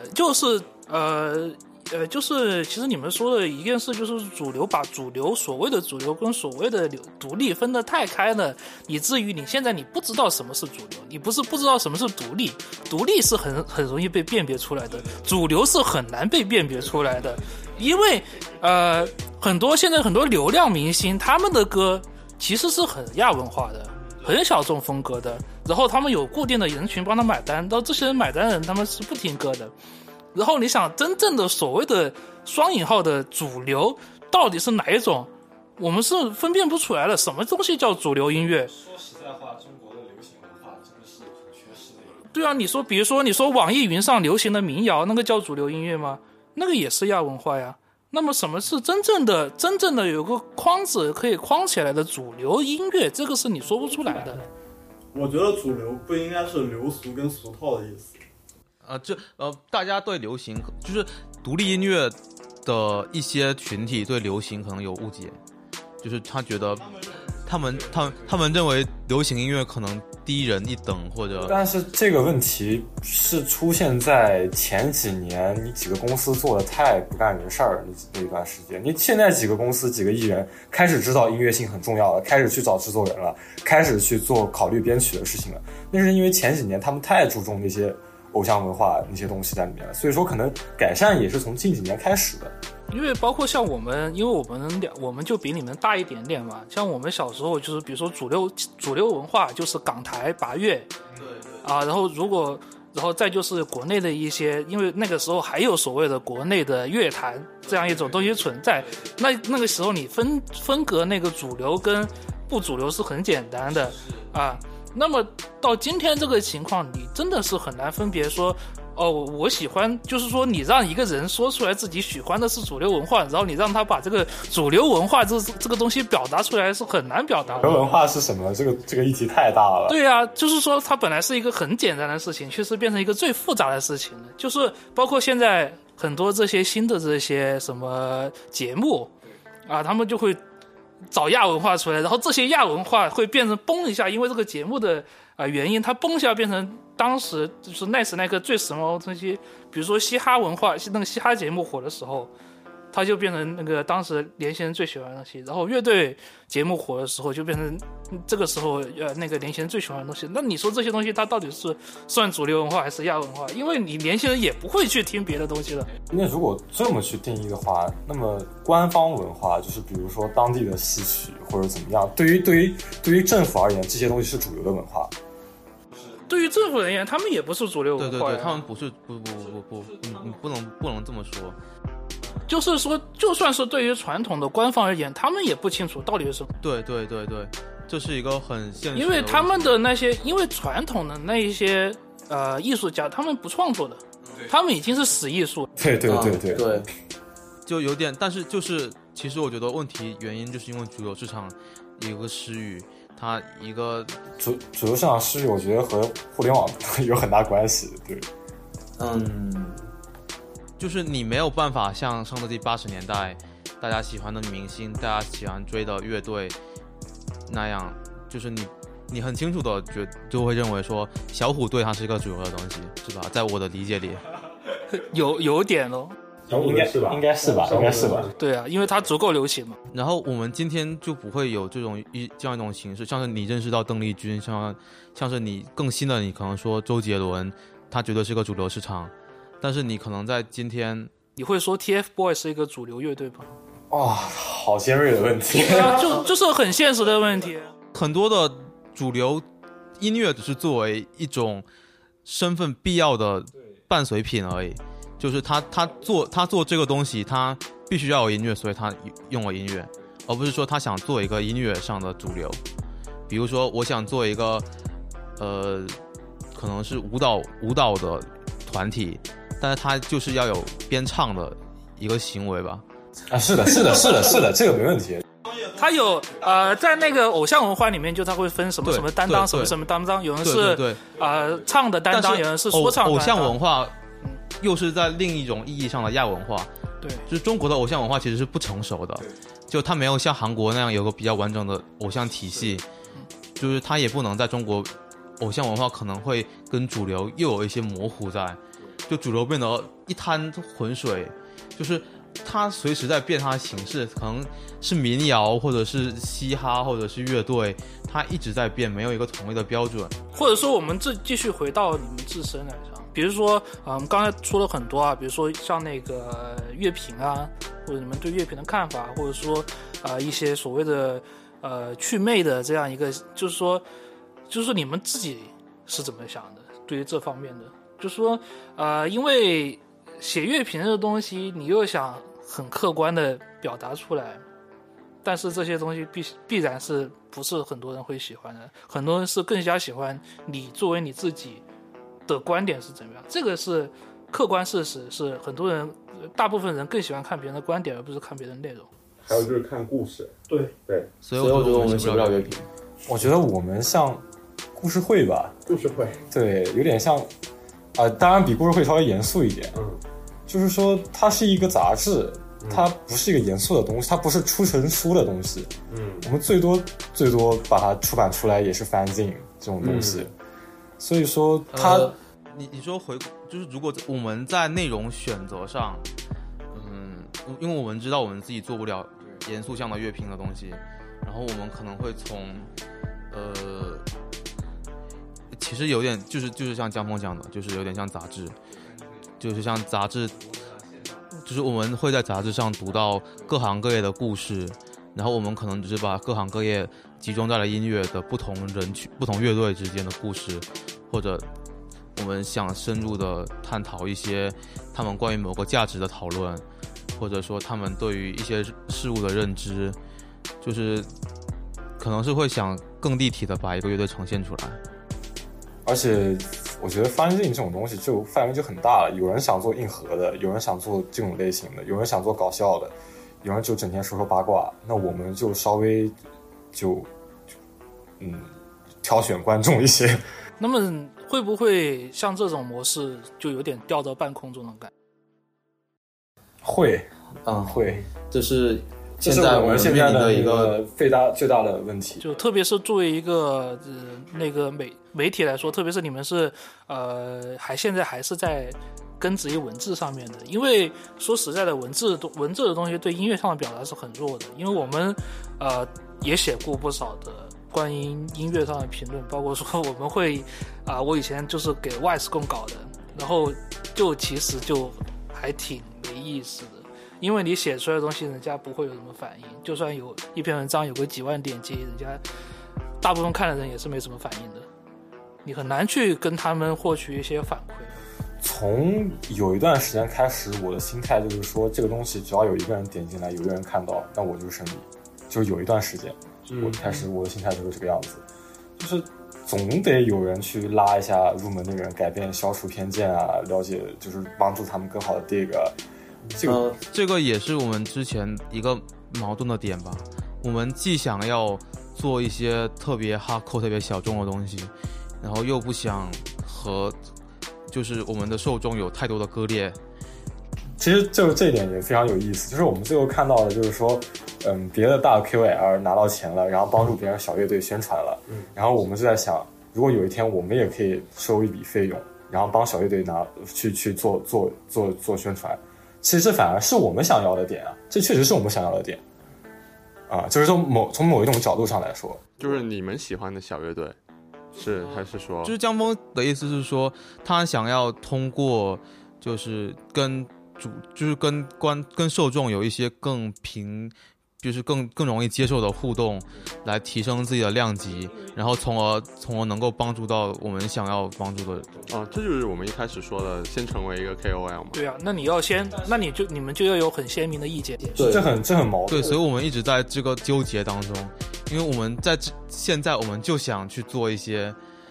就是其实你们说的一件事，就是主流把所谓的主流跟所谓的独立分得太开了，以至于你现在你不知道什么是主流，你不知道什么是独立，独立是很容易被辨别出来的，主流是很难被辨别出来的，因为现在很多流量明星他们的歌其实是很亚文化的，很小众风格的， 然后他们有固定的人群帮他买单，然后这些人买单的人他们是不听歌的。然后你想，真正的所谓的双引号的主流到底是哪一种？我们是分辨不出来的。什么东西叫主流音乐？
说实在话，中国的流行文化真的是很缺失的。
对啊，你说，比如说你说网易云上流行的民谣，那个叫主流音乐吗？那个也是亚文化呀。那么什么是真正的有个框子可以框起来的主流音乐？这个是你说不出来的。
我觉得主流不应该是流俗跟俗套的意思。
大家对流行就是独立音乐的一些群体对流行可能有误解，就是他觉得他们认为流行音乐可能低人一等，或者
但是这个问题是出现在前几年，你几个公司做的太不干人事儿那一段时间。你现在几个公司几个艺人开始知道音乐性很重要了，开始去找制作人了，开始去做考虑编曲的事情了。那是因为前几年他们太注重那些偶像文化那些东西在里面了，所以说可能改善也是从近几年开始的。
因为包括像我们，因为我们就比你们大一点点嘛。像我们小时候就是，比如说主流文化就是港台拔乐，对啊，然后再就是国内的一些，因为那个时候还有所谓的国内的乐坛这样一种东西存在。那个时候你分隔那个主流跟不主流是很简单的啊。那么到今天这个情况，你真的是很难分别说。哦，我喜欢，就是说你让一个人说出来自己喜欢的是主流文化，然后你让他把这个主流文化这个东西表达出来是很难表达的。
主流文化是什么？这个议题太大了。
对啊，就是说它本来是一个很简单的事情，确实变成一个最复杂的事情了。就是包括现在很多这些新的这些什么节目啊，他们就会找亚文化出来，然后这些亚文化会变成崩一下，因为这个节目的原因，它崩一下变成当时就是那时那个最时髦的东西，比如说嘻哈文化，那个嘻哈节目火的时候，它就变成那个当时年轻人最喜欢的东西。然后乐队节目火的时候，就变成这个时候那个年轻人最喜欢的东西。那你说这些东西它到底是算主流文化还是亚文化？因为你年轻人也不会去听别的东西了。
那如果这么去定义的话，那么官方文化就是比如说当地的戏曲或者怎么样，对于政府而言，这些东西是主流的文化。
对于政府而言，他们也不是主流文化。
对，他们不是不能这么说。
就是说，就算是对于传统的官方而言，他们也不清楚到底是什么。
对，这是一个很现实的。
因为他们的那些，因为传统的那一些艺术家，他们不创作的，他们已经是死艺术。
对，
就有点，但是就是其实我觉得问题原因就是因为主流市场有个失语。它一个
主流市场失语，我觉得和互联网有很大关系。对，
就是你没有办法像上世纪80年代大家喜欢的明星，大家喜欢追的乐队那样，就是你很清楚的就会认为说小虎队它是一个主流的东西，是吧？在我的理解里，
有点咯。
应该是吧。
对啊，因为它足够流行嘛。
然后我们今天就不会有这样一种形式，像是你认识到邓丽君，像是你更新的，你可能说周杰伦，他绝对是个主流市场，但是你可能在今天，
你会说 TFBOYS 是一个主流乐队吗？
哇，好尖锐的问题。
就是很现实的问题。
很多的主流音乐只是作为一种身份必要的伴随品而已。就是他做这个东西，他必须要有音乐，所以他用了音乐，而不是说他想做一个音乐上的主流。比如说，我想做一个可能是舞蹈的团体，但是他就是要有编唱的一个行为吧？
啊，是的，这个没问题。
他有在那个偶像文化里面，就他会分什么什么担当，什么什么担当，有人是唱的担当，有人是说唱担当。
偶像文化又是在另一种意义上的亚文化。
对，
就是中国的偶像文化其实是不成熟的，就它没有像韩国那样有个比较完整的偶像体系，就是它也不能在中国偶像文化可能会跟主流又有一些模糊在，就主流变得一滩浑水，就是它随时在变它的形式，可能是民谣或者是嘻哈或者是乐队，它一直在变，没有一个统一的标准。
或者说我们继续回到你们自身来上，比如说刚才说了很多啊，比如说像那个乐评啊，或者你们对乐评的看法，或者说一些所谓的祛魅的这样一个，就是说你们自己是怎么想的？对于这方面的，就是说，因为写乐评的东西，你又想很客观的表达出来，但是这些东西必然是不是很多人会喜欢的，很多人是更加喜欢你作为你自己的观点是怎么样，这个是客观事实，是很多人大部分人更喜欢看别人的观点，而不是看别人的内容。
还有就是看故事，
对，
所以我觉得我们写不了乐评。
我觉得我们像故事会吧，
故事会，
对，有点像，当然比故事会稍微严肃一点，就是说它是一个杂志，它不是一个严肃的东西，它不是出成书的东西，我们最多把它出版出来也是fanzine这种东西，所以说它，
你说就是如果我们在内容选择上，因为我们知道我们自己做不了严肃向的乐评的东西，然后我们可能会从其实有点就是像江峰讲的，就是有点像杂志，就是像杂志，就是我们会在杂志上读到各行各业的故事，然后我们可能只是把各行各业集中在了音乐的不同人群、不同乐队之间的故事，或者我们想深入的探讨一些他们关于某个价值的讨论，或者说他们对于一些事物的认知，就是可能是会想更立体的把一个乐队呈现出来。
而且我觉得fanzine这种东西就范围就很大了，有人想做硬核的，有人想做这种类型的，有人想做搞笑的，有人就整天说说八卦，那我们就稍微挑选观众一些。
那么会不会像这种模式就有点吊到半空中的感觉？
会，会，
这是
这是我们现在的
一个
最大的问题。
就特别是作为一个那个媒体来说，特别是你们是现在还是在根植于文字上面的，因为说实在的，文字的东西对音乐上的表达是很弱的，因为我们也写过不少的关于音乐上的评论，包括说我们会我以前就是给 Wise 供稿的，然后就其实就还挺没意思的，因为你写出来的东西人家不会有什么反应，就算有一篇文章有个几万点击，人家大部分看的人也是没什么反应的，你很难去跟他们获取一些反馈。
从有一段时间开始，我的心态就是说，这个东西只要有一个人点进来，有一个人看到，那我就是胜利。就是有一段时间，我的心态就是这个样子，就是总得有人去拉一下入门的人，改变、消除偏见啊，了解，就是帮助他们更好的dig。
这个也是我们之前一个矛盾的点吧。我们既想要做一些特别hardcore、特别小众的东西，然后又不想和就是我们的受众有太多的割裂。
其实就这一点也非常有意思，就是我们最后看到的就是说，别的大 QL 拿到钱了，然后帮助别人小乐队宣传了，然后我们就在想，如果有一天我们也可以收一笔费用，然后帮小乐队去做宣传，其实这反而是我们想要的点啊，这确实是我们想要的点啊，就是说从某一种角度上来说，
就是你们喜欢的小乐队，是还是说，
就是江峰的意思是说，他想要通过就是跟受众有一些就是更容易接受的互动，来提升自己的量级，然后从而能够帮助到我们想要帮助的人。
这就是我们一开始说的，先成为一个 KOL 嘛。
对啊，那你们就要有很鲜明的意见。
对，这很矛盾。
对，所以我们一直在这个纠结当中，因为我们现在我们就想去做一些，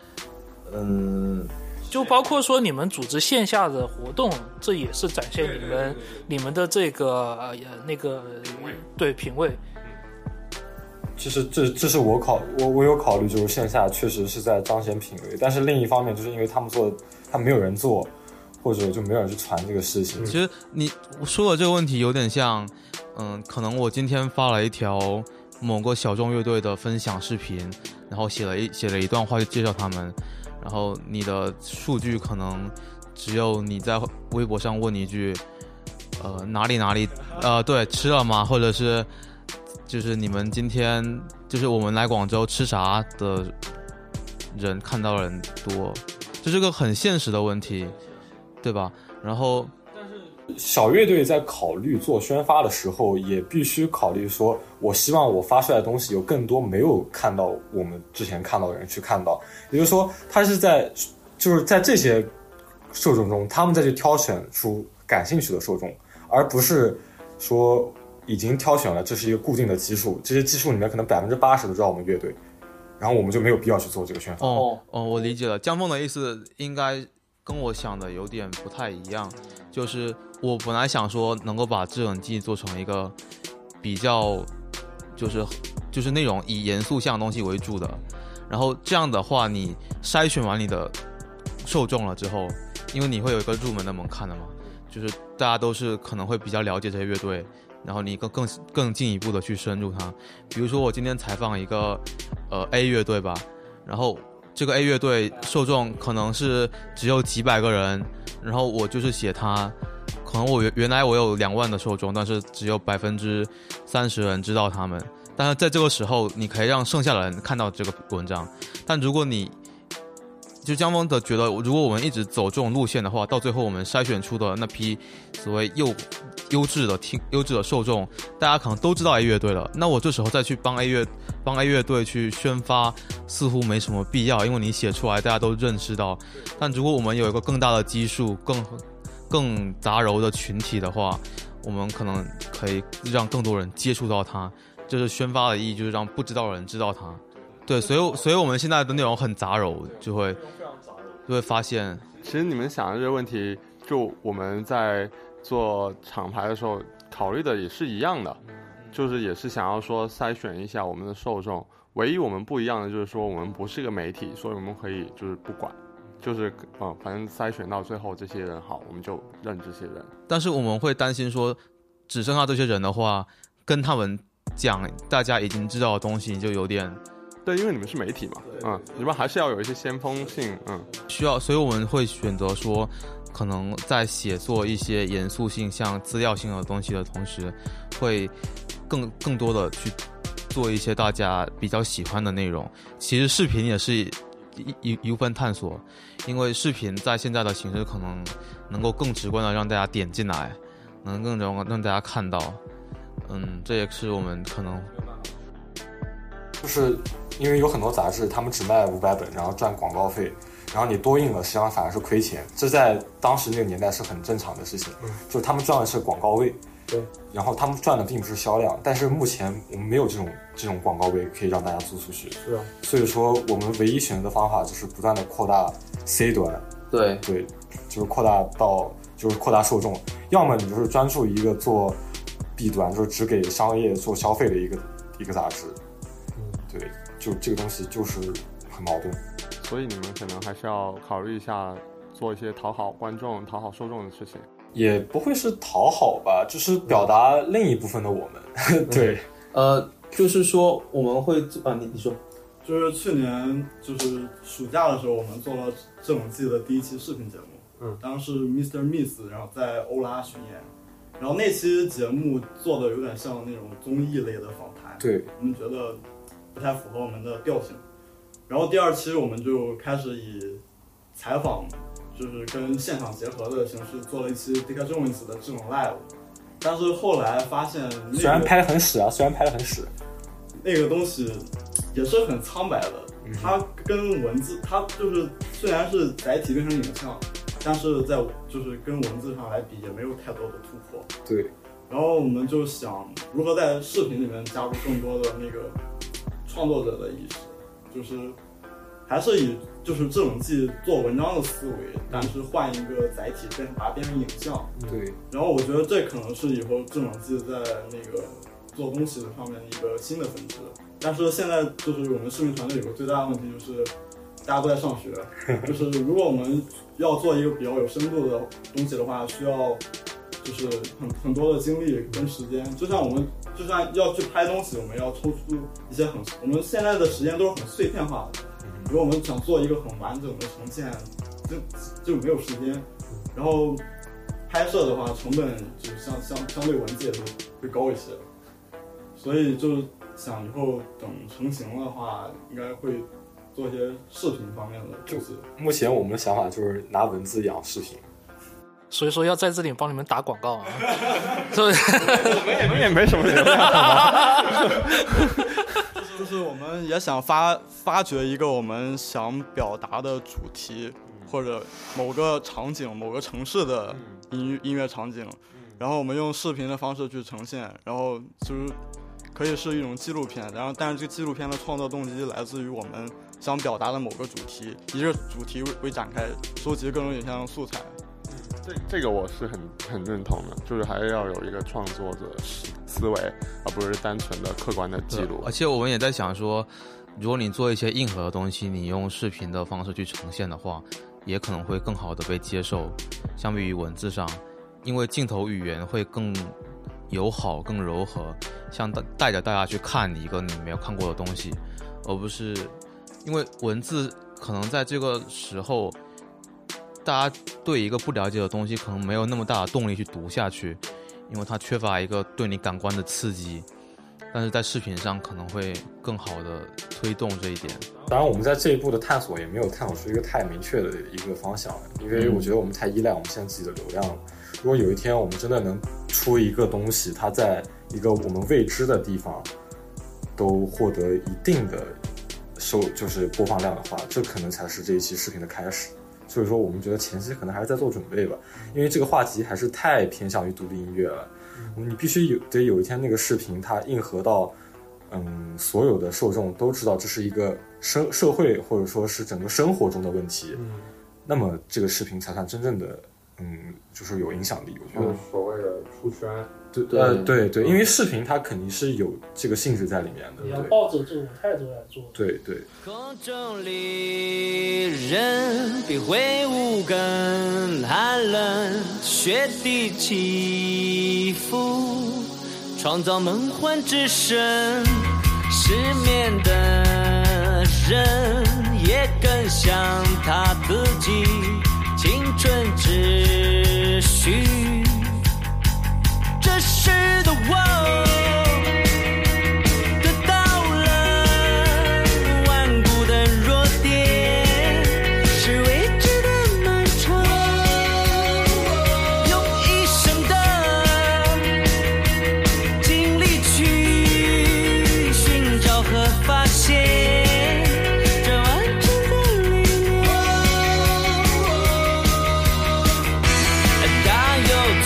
就包括说你们组织线下的活动，这也是展现你们的这个对品味。
就是这是我有考虑，就是线下确实是在彰显品味，但是另一方面就是因为他没有人做，或者就没有人去传这个事情。
其实你说的这个问题有点像，可能我今天发了一条某个小众乐队的分享视频，然后写了一段话去介绍他们。然后你的数据可能只有你在微博上问一句，哪里对，吃了吗？或者是就是你们今天就是我们来广州吃啥的人看到人多，这是个很现实的问题，对吧？然后
小乐队在考虑做宣发的时候，也必须考虑说，我希望我发出来的东西有更多没有看到我们之前看到的人去看到。也就是说，他是就是在这些受众中，他们再去挑选出感兴趣的受众，而不是说已经挑选了这是一个固定的基数，这些基数里面可能80%都知道我们乐队，然后我们就没有必要去做这个宣发。
我理解了，江峰的意思应该跟我想的有点不太一样，就是我本来想说能够把制冷剂做成一个比较就是那种以严肃向的东西为主的，然后这样的话你筛选完你的受众了之后，因为你会有一个入门的门槛的嘛，就是大家都是可能会比较了解这些乐队，然后你更进一步的去深入它。比如说我今天采访一个A 乐队吧，然后这个 A 乐队受众可能是只有几百个人，然后我就是写他，可能我原来我有2万的受众，但是只有30%人知道他们。但是在这个时候，你可以让剩下的人看到这个文章。但如果你就江峰的觉得，如果我们一直走这种路线的话，到最后我们筛选出的那批所谓优质的受众，大家可能都知道 A 乐队了。那我这时候再去帮 A 乐队去宣发，似乎没什么必要，因为你写出来大家都认识到。但如果我们有一个更大的基数、更杂糅的群体的话，我们可能可以让更多人接触到它。就是宣发的意义，就是让不知道的人知道它。对，所以我们现在的内容很杂糅，就会发现，
其实你们想的这个问题，就我们在做厂牌的时候考虑的也是一样的，就是也是想要说筛选一下我们的受众。唯一我们不一样的就是说，我们不是一个媒体，所以我们可以就是不管，就是反正筛选到最后这些人好，我们就认这些人。
但是我们会担心说，只剩下这些人的话，跟他们讲大家已经知道的东西就有点。
对，因为你们是媒体嘛，你们还是要有一些先锋性，
需要，所以我们会选择说，可能在写作一些严肃性、像资料性的东西的同时，会更多的去做一些大家比较喜欢的内容。其实视频也是一部分探索，因为视频在现在的形式可能够更直观的让大家点进来，能更容易让大家看到。这也是我们可能
就是因为有很多杂志他们只卖500本，然后赚广告费，然后你多印了实际上反而是亏钱，这在当时那个年代是很正常的事情，就是他们赚的是广告位，
对，
然后他们赚的并不是销量。但是目前我们没有这种广告位可以让大家租出去，
是啊，
所以说我们唯一选择的方法就是不断的扩大 C 端，
对，
就是扩大受众，要么你就是专注一个做 B 端，就是只给商业做消费的一个杂志，对，就这个东西就是很矛盾。
所以你们可能还是要考虑一下，做一些讨好观众、讨好受众的事情。
也不会是讨好吧，就是表达另一部分的我们。对，
就是说我们会你说，
就是去年就是暑假的时候，我们做了这种季的第1期视频节目，当时 Mr. Miss 然后在欧拉巡演，然后那期节目做的有点像那种综艺类的访谈，
对，
我们觉得不太符合我们的调性。然后第2期我们就开始以采访，就是跟现场结合的形式做了一期 Dick Jones 的这种 live， 但是后来发现、
虽然拍得很屎，
那个东西也是很苍白的，它跟文字，它就是虽然是载体变成影像，但是在就是跟文字上来比也没有太多的突破。
对，
然后我们就想如何在视频里面加入更多的那个创作者的意识，就是还是以就是制冷剂做文章的思维，但是换一个载体把它变成影像。
对，
然后我觉得这可能是以后制冷剂在那个做东西的上面一个新的分支。但是现在就是我们视频团队有个最大的问题，就是大家都在上学，就是如果我们要做一个比较有深度的东西的话，需要就是很多的精力跟时间。就像要去拍东西，我们要抽出一些我们现在的时间都是很碎片化的。如果我们想做一个很完整的呈现，就没有时间。然后拍摄的话，成本就相对文字也会高一些。所以就想以后等成型的话，应该会做一些视频方面的东西。
目前我们的想法就是拿文字养视频。
所以说要在这里帮你们打广告啊，所以
我们也没什么流量。
就是我们也想发掘一个我们想表达的主题，或者某个场景、某个城市的音乐场景，然后我们用视频的方式去呈现，然后就是可以是一种纪录片，然后但是这个纪录片的创作动机来自于我们想表达的某个主题，以这个主题为展开，收集各种影像的素材。
这个我是很认同的，就是还是要有一个创作者思维，而不是单纯的客观的记录。
而且我们也在想说，如果你做一些硬核的东西，你用视频的方式去呈现的话，也可能会更好的被接受，相比于文字上，因为镜头语言会更友好、更柔和，像带着大家去看一个你没有看过的东西，而不是因为文字可能在这个时候。大家对一个不了解的东西可能没有那么大的动力去读下去，因为它缺乏一个对你感官的刺激，但是在视频上可能会更好的推动这一点。
当然我们在这一步的探索也没有探索出一个太明确的一个方向，因为我觉得我们太依赖我们现在自己的流量了。如果有一天我们真的能出一个东西，它在一个我们未知的地方都获得一定的就是播放量的话，这可能才是这一期视频的开始。所以说我们觉得前期可能还是在做准备吧，因为这个话题还是太偏向于独立音乐了。你必须得有一天那个视频它硬核到所有的受众都知道这是一个社会或者说是整个生活中的问题，那么这个视频才算真正的就是有影响力。我觉得
所谓的出圈。
对，因为视频它肯定是有这个性质在里面的，
你要抱着这种态度来做。
对。
空中离人比挥舞更寒冷，雪地起伏，创造梦幻之声。失眠的人也更像他自己，青春只需。这时的我得到了顽固的弱点，是未知的漫长，用一生的精力去寻找和发现这完整的力量。它有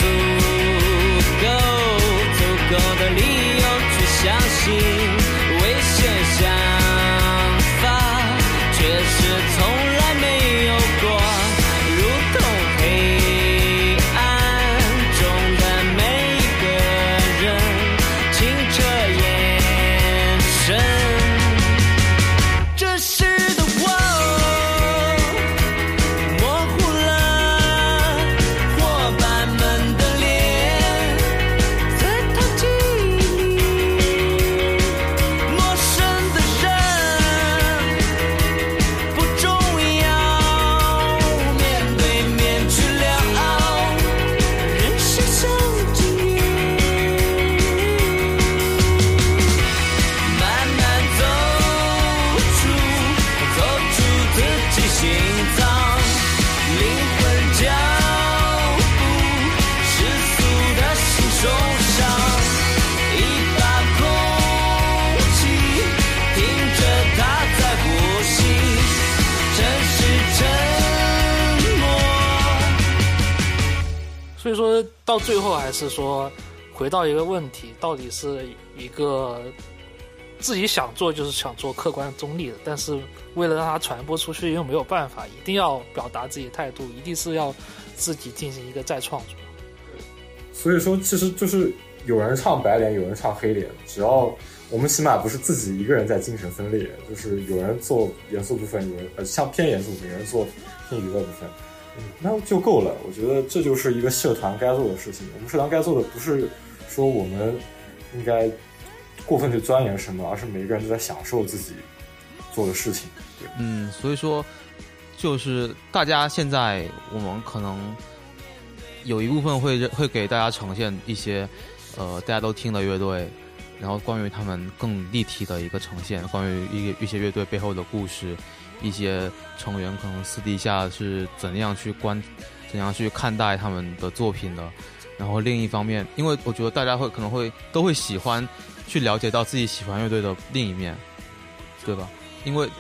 足够的理由去相信危险想法，却是从来没有过，如同黑暗中的每一个人，清澈眼神。这时的我模糊了伙伴们的脸，在他记忆里，陌生的人不重要，面对面去聊，人生像经验，慢慢走出自己心脏，灵魂脚步世俗的心受伤，一把空气听着它在呼吸，城市沉默。
所以说到最后还是说回到一个问题，到底是一个自己想做就是想做客观中立的，但是为了让它传播出去又没有办法，一定要表达自己的态度，一定是要自己进行一个再创作。
所以说其实就是有人唱白脸，有人唱黑脸，只要我们起码不是自己一个人在精神分裂，就是有人做严肃部分，有人像偏严肃部分，有人做偏娱乐部分，那就够了。我觉得这就是一个社团该做的事情。我们社团该做的不是说我们应该过分去钻研什么，而是每个人都在享受自己做的事情。对，
所以说就是大家现在我们可能有一部分会给大家呈现一些大家都听的乐队，然后关于他们更立体的一个呈现，关于一些乐队背后的故事，一些成员可能私底下是怎样去怎样去看待他们的作品的。然后另一方面，因为我觉得大家可能都会喜欢去了解到自己喜欢乐队的另一面，对吧？因为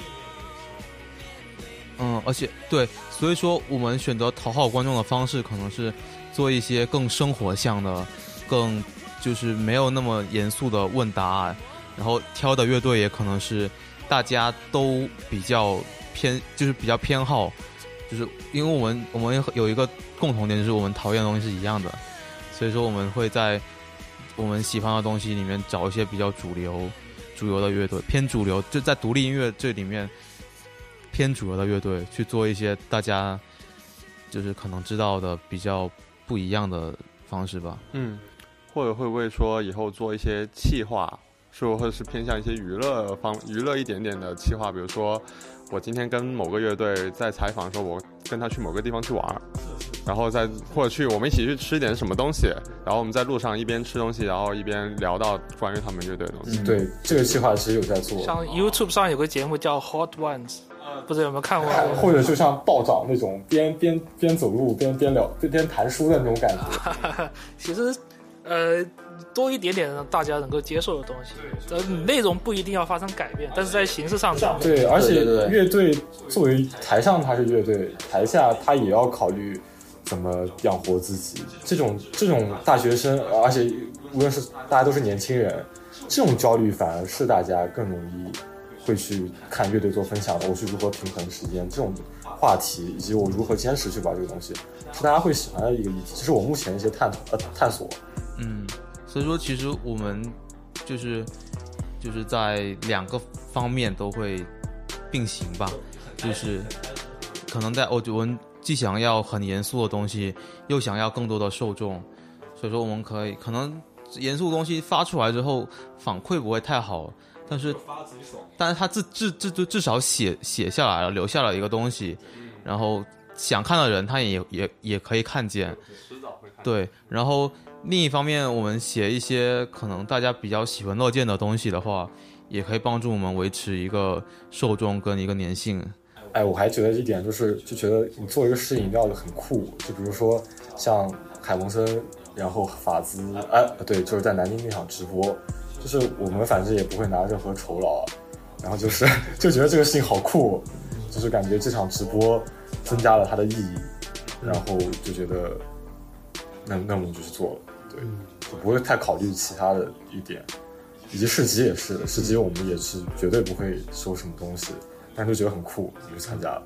而且对，所以说我们选择讨好观众的方式可能是做一些更生活向的，更就是没有那么严肃的问答案，然后挑的乐队也可能是大家都比较偏好，就是因为我们有一个共同点，就是我们讨厌的东西是一样的，所以说我们会在我们喜欢的东西里面找一些比较主流的乐队，偏主流，就在独立音乐这里面偏主流的乐队去做一些大家就是可能知道的比较不一样的方式吧。
或者会不会说以后做一些企划，说或者是偏向一些娱乐一点点的企划，比如说我今天跟某个乐队在采访的时候，我跟他去某个地方去玩，然后或者我们一起去吃一点什么东西，然后我们在路上一边吃东西，然后一边聊到关于他们乐队的东西。
对，这个计划其实有在做。
像 YouTube 上有个节目叫 Hot Ones， 不知道有没有看过？
或者就像道长那种边走路边谈书的那种感觉。
其实多一点点让大家能够接受的东西，内容不一定要发生改变，但是在形式上
对，而且乐队作为台上他是乐队，台下他也要考虑怎么养活自己。这种大学生，而且无论是大家都是年轻人，这种焦虑反而是大家更容易会去看乐队做分享的。我是如何平衡时间这种话题，以及我如何坚持去把这个东西，是大家会喜欢的一个议题。这是我目前一些探索。
所以说其实我们就是在两个方面都会并行吧，就是可能在我们既想要很严肃的东西，又想要更多的受众，所以说我们可能严肃的东西发出来之后反馈不会太好，但是他至少写下来了，留下了一个东西，然后想看的人他也可以看见，对，然后另一方面我们写一些可能大家比较喜闻乐见的东西的话，也可以帮助我们维持一个受众跟一个粘性。
我还觉得一点就觉得你做一个事情要很酷，就比如说像海蒙森，然后法兹，对，就是在南京那场直播，就是我们反正也不会拿任何酬劳，然后就觉得这个事情好酷，就是感觉这场直播增加了它的意义，然后就觉得那我们就去做了，对，就不会太考虑其他的一点。以及市集也是的，市集我们也是绝对不会收什么东西，但就觉得很酷，就参加了。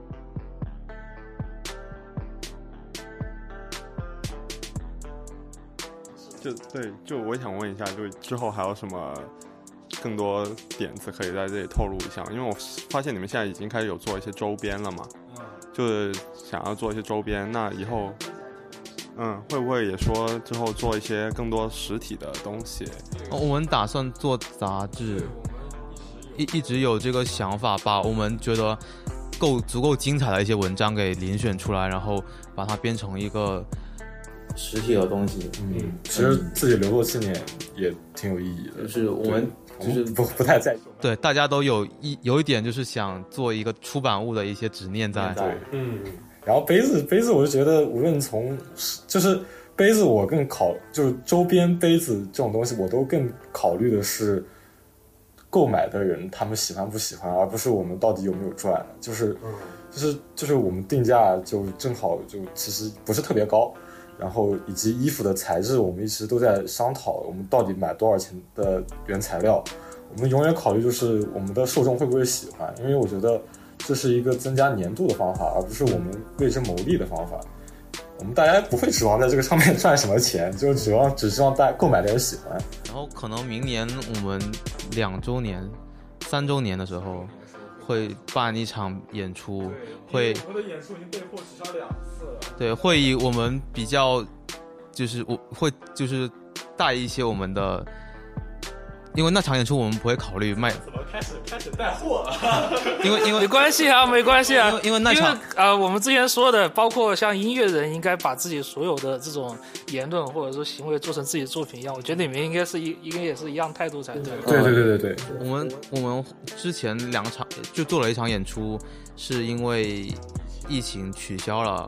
就我想问一下，就之后还有什么更多点子可以在这里透露一下？因为我发现你们现在已经开始有做一些周边了嘛，就是想要做一些周边，那以后会不会也说之后做一些更多实体的东西？
我们打算做杂志，一直有这个想法，把我们觉得足够精彩的一些文章给遴选出来，然后把它编成一个实体的东西。
其实自己留作纪念也挺有意义的，
就是我们就是
不太在意。
对，大家都有一点就是想做一个出版物的一些执念在。
对，然后杯子，我就觉得无论就是杯子，我更就是周边杯子这种东西，我都更考虑的是购买的人他们喜欢不喜欢，而不是我们到底有没有赚。就是我们定价就正好就其实不是特别高，然后以及衣服的材质我们一直都在商讨，我们到底买多少钱的原材料，我们永远考虑就是我们的受众会不会喜欢，因为我觉得这是一个增加粘度的方法，而不是我们为之牟利的方法。我们大家不会指望在这个上面赚什么钱，就只希望大家购买的人喜欢。
然后可能明年我们2周年、3周年的时候会办一场演出，我们
的演出已经被迫取消2次了。
对，会以我们比较就是我会就是带一些我们的。因为那场演出我们不会考虑卖，
怎么开始带货了？
因为
没关系啊，
因为那场
我们之前说的，包括像音乐人应该把自己所有的这种言论或者说行为做成自己的作品一样，我觉得你们应该也是一样态度才对。
对。
我们之前2场就做了一场演出，是因为疫情取消了。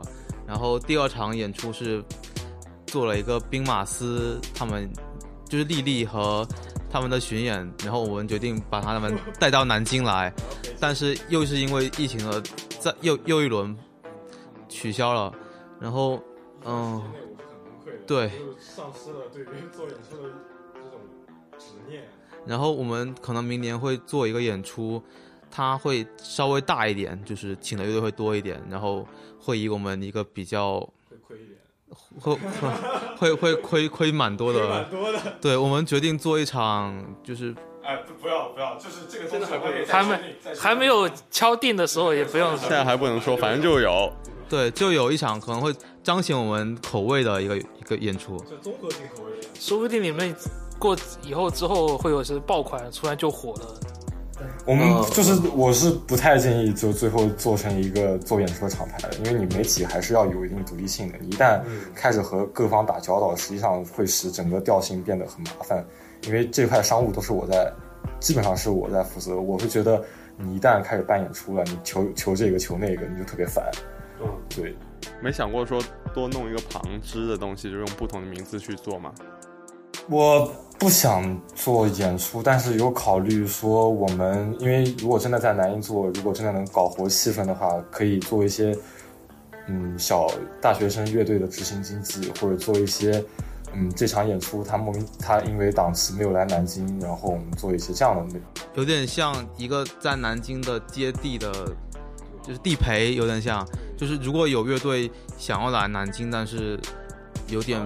然后第2场演出是做了一个兵马司他们就是丽丽和他们的巡演，然后我们决定把他们带到南京来，但是又是因为疫情而又一轮取消了，然后对，
丧失了对于做演出的这种执念。
然后我们可能明年会做一个演出，它会稍微大一点，就是请的乐队会多一点，然后会以我们一个比较
会亏一点，
会亏蛮多的，
蛮多的。
对，我们决定做一场，就是
不要，就是这个东西
还没有敲定的时候也不用。
现在还不能说，反正就有。
对，就有一场可能会彰显我们口味的一个演出，
就综合性口味的。
说不定你们过以后之后会有些爆款，突然就火了。
我们我是不太建议就最后做成一个做演出的厂牌的，因为你媒体还是要有一定独立性的。你一旦开始和各方打交道，实际上会使整个调性变得很麻烦。因为这块商务都是基本上是我在负责。我会觉得你一旦开始办演出了，你求这个求那个，你就特别烦。对。
没想过说多弄一个旁支的东西，就用不同的名字去做吗？
我不想做演出，但是有考虑说我们，因为如果真的在南音做，如果真的能搞活气氛的话，可以做一些小大学生乐队的执行经济，或者做一些这场演出他因为档期没有来南京，然后我们做一些这样的，
有点像一个在南京的接地的，就是地陪，有点像，就是如果有乐队想要来南京，但是有点。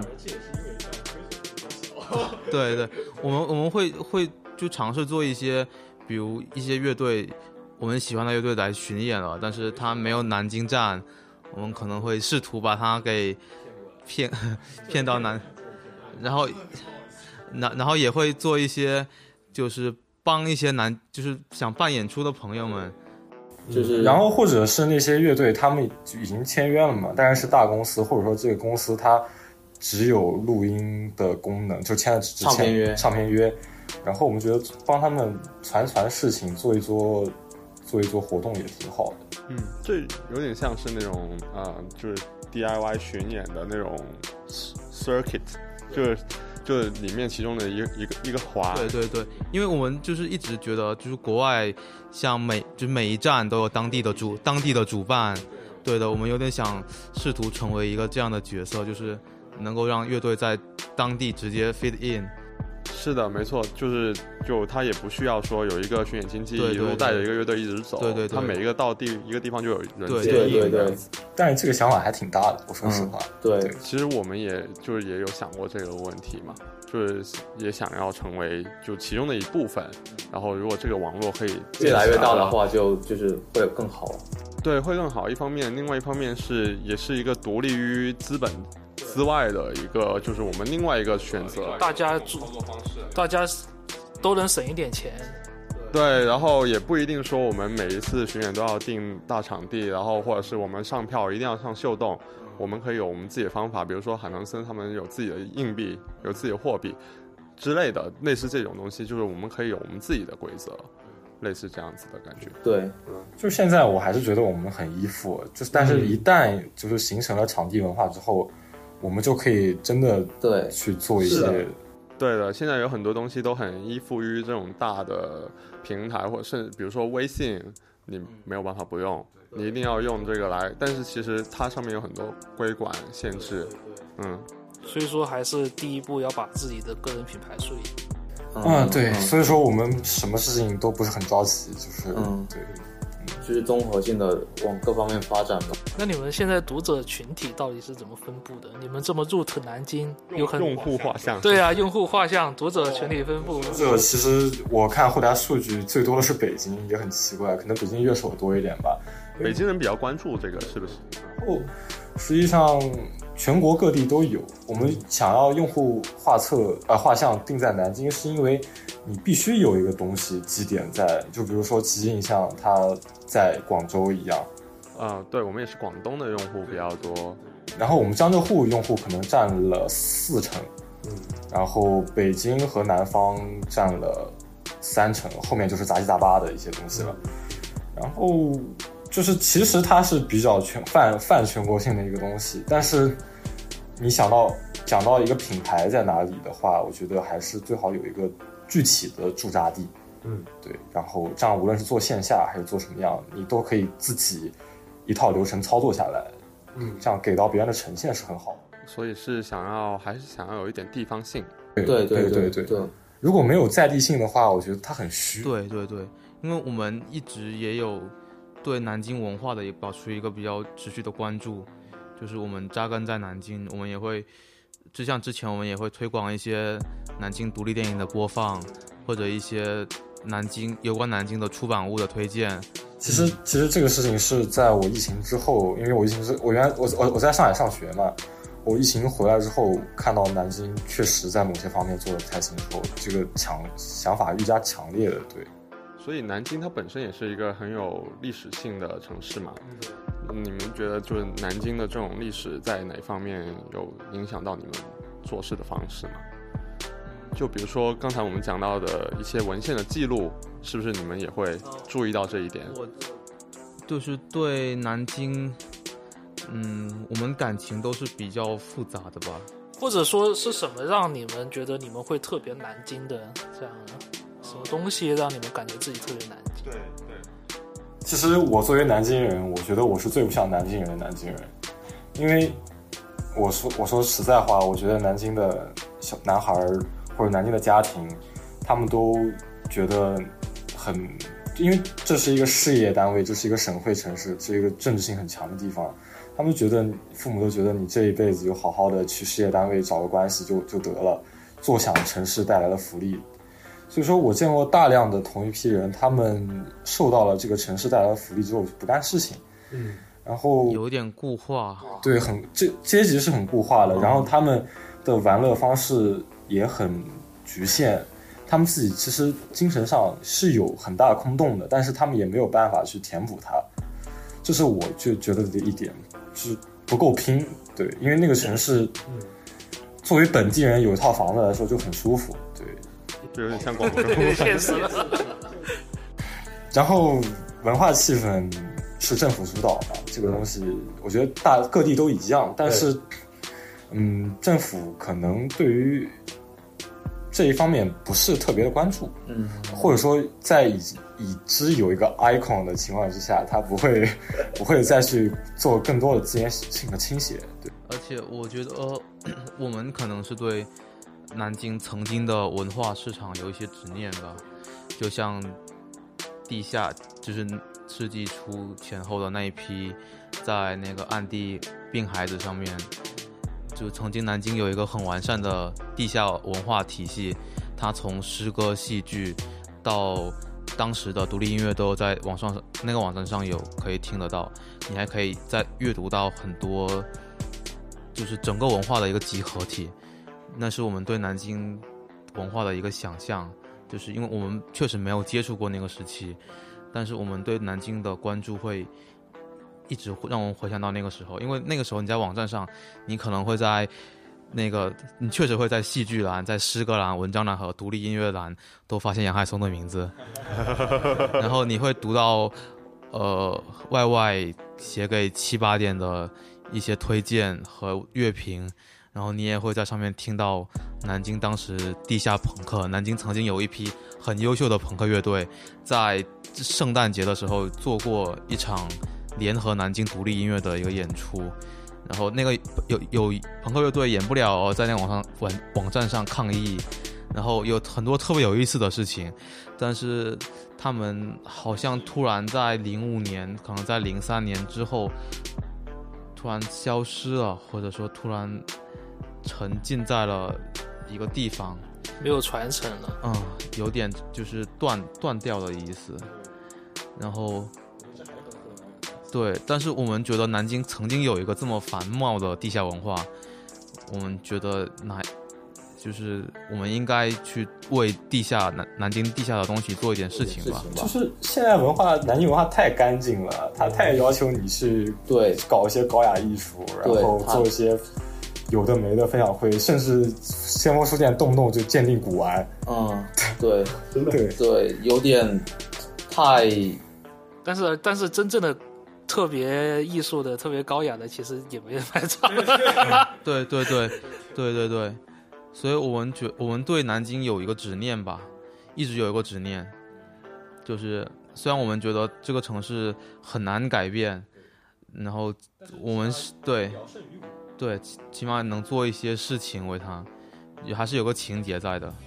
对，我们会就尝试做一些，比如一些乐队，我们喜欢的乐队来巡演了，但是他没有南京站，我们可能会试图把他给骗到然后也会做一些，就是帮一些就是想办演出的朋友们，
就是然后或者是那些乐队他们已经签约了嘛，但是大公司或者说这个公司它只有录音的功能，就签了唱片约，然后我们觉得帮他们传事情，做一做活动也挺好的。
这有点像是那种就是 DIY 巡演的那种 circuit， 就是里面其中的一个环。
对，因为我们就是一直觉得，就是国外像每一站都有当地的主办，对的，我们有点想试图成为一个这样的角色，就是能够让乐队在当地直接 fit in。
是的，没错，就他也不需要说有一个巡演经纪一路带着一个乐队一直走，
对，
他每一个到一个地方就有人
接
应。
对，但是这个想法还挺大的，我说实话。对，
其实我们也有想过这个问题嘛，就是也想要成为就其中的一部分，然后如果这个网络可以
越来越大的话，就是会更好。
对，会更好。一方面，另外一方面也是一个独立于资本之外的一个，就是我们另外一个选择。大家
都能省一点钱。
对，然后也不一定说我们每一次巡演都要订大场地，然后或者是我们上票一定要上秀动，我们可以有我们自己的方法，比如说海南森他们有自己的硬币，有自己的货币之类的，类似这种东西，就是我们可以有我们自己的规则。类似这样子的感觉。
对，
就是现在我还是觉得我们很依附，就是但是一旦就是形成了场地文化之后，我们就可以真的去做一些。
对的，现在有很多东西都很依附于这种大的平台，或者是比如说微信，你没有办法不用，你一定要用这个来，但是其实它上面有很多规管限制，
所以说还是第一步要把自己的个人品牌树立。
对，所以说我们什么事情都不是很着急，就是对，
就是综合性的往各方面发展吧。
那你们现在读者群体到底是怎么分布的？你们这么root南京，有很
用户画像。
对啊，用户画像，读者群体分布。
这个其实我看后台数据最多的是北京，也很奇怪，可能北京乐手多一点吧。
北京人比较关注这个，是不是？
实际上全国各地都有。我们想要用户画像定在南京，是因为你必须有一个东西基点在，就比如说奇迹印象它在广州一样。
对，我们也是广东的用户比较多，
然后我们江浙沪用户可能占了4成，然后北京和南方占了3成，后面就是杂七杂八的一些东西了。然后就是其实它是比较泛全国性的一个东西，但是你讲到一个品牌在哪里的话，我觉得还是最好有一个具体的驻扎地。对，然后这样无论是做线下还是做什么样，你都可以自己一套流程操作下来，这样给到别人的呈现是很好的。
所以还是想要有一点地方性。
对，
如果没有在地性的话，我觉得它很虚。
对，因为我们一直也有对南京文化的也保持一个比较持续的关注，就是我们扎根在南京，我们也会就像之前我们也会推广一些南京独立电影的播放，或者一些有关南京的出版物的推荐。
其实这个事情是在我疫情之后，因为我在上海上学嘛，我疫情回来之后看到南京确实在某些方面做得不太行之后，这个想法愈加强烈的。对，
所以南京它本身也是一个很有历史性的城市嘛。你们觉得就是南京的这种历史在哪方面有影响到你们做事的方式吗？就比如说刚才我们讲到的一些文献的记录，是不是你们也会注意到这一点？
我就是对南京，我们感情都是比较复杂的吧。
或者说是什么让你们觉得你们会特别南京的这样什么东西让你们感觉自己特别南京？
对。
其实我作为南京人，我觉得我是最不像南京人的南京人，因为我说实在话，我觉得南京的小男孩或者南京的家庭，他们都觉得因为这是一个事业单位，这是一个省会城市，是一个政治性很强的地方，他们父母都觉得你这一辈子就好好的去事业单位找个关系就得了，坐享城市带来的福利。所以说我见过大量的同一批人，他们受到了这个城市带来的福利之后不干事情，然后
有点固化。
对，阶级是很固化的，然后他们的玩乐方式也很局限，他们自己其实精神上是有很大的空洞的，但是他们也没有办法去填补它，这是我就觉得的一点，就是不够拼。对，因为那个城市作为本地人有一套房子来说就很舒服。对，
就有点像广州
现实了。
然后文化气氛是政府主导嘛，这个东西我觉得各地都一样，但是政府可能对于这一方面不是特别的关注，或者说在已知有一个 icon 的情况之下，他不会再去做更多的资源性的倾斜。对，
而且我觉得我们可能是对南京曾经的文化市场有一些执念吧，就像地下就是世纪初前后的那一批在那个暗地病孩子上面，就曾经南京有一个很完善的地下文化体系，它从诗歌戏剧到当时的独立音乐都在那个网站上有可以听得到，你还可以再阅读到很多就是整个文化的一个集合体。那是我们对南京文化的一个想象，就是因为我们确实没有接触过那个时期，但是我们对南京的关注会一直让我们回想到那个时候，因为那个时候你在网站上，你可能会在你确实会在戏剧栏、在诗歌栏、文章栏和独立音乐栏都发现杨海松的名字，然后你会读到外写给7、8点的一些推荐和乐评，然后你也会在上面听到南京当时地下朋克，南京曾经有一批很优秀的朋克乐队在圣诞节的时候做过一场联合南京独立音乐的一个演出，然后那个有朋克乐队演不了，在那个网站上抗议，然后有很多特别有意思的事情，但是他们好像突然在05年，可能在03年之后突然消失了，或者说突然沉浸在了一个地方，
没有传承了。
有点就是断掉的意思。然后对，但是我们觉得南京曾经有一个这么繁茂的地下文化，我们觉得就是我们应该去为南京地下的东西做一点事情吧。
就是现在南京文化太干净了，它太要求你去搞一些高雅艺术，然后做一些有的没的分享会，甚至先锋书店动不动就鉴定古玩。
对，
真的
对，有点太。
但是真正的特别艺术的、特别高雅的，其实也没人来唱。
对，所以我们对南京有一个执念吧，一直有一个执念，就是虽然我们觉得这个城市很难改变，然后我们对，起码能做一些事情为它，还是有个情节在的。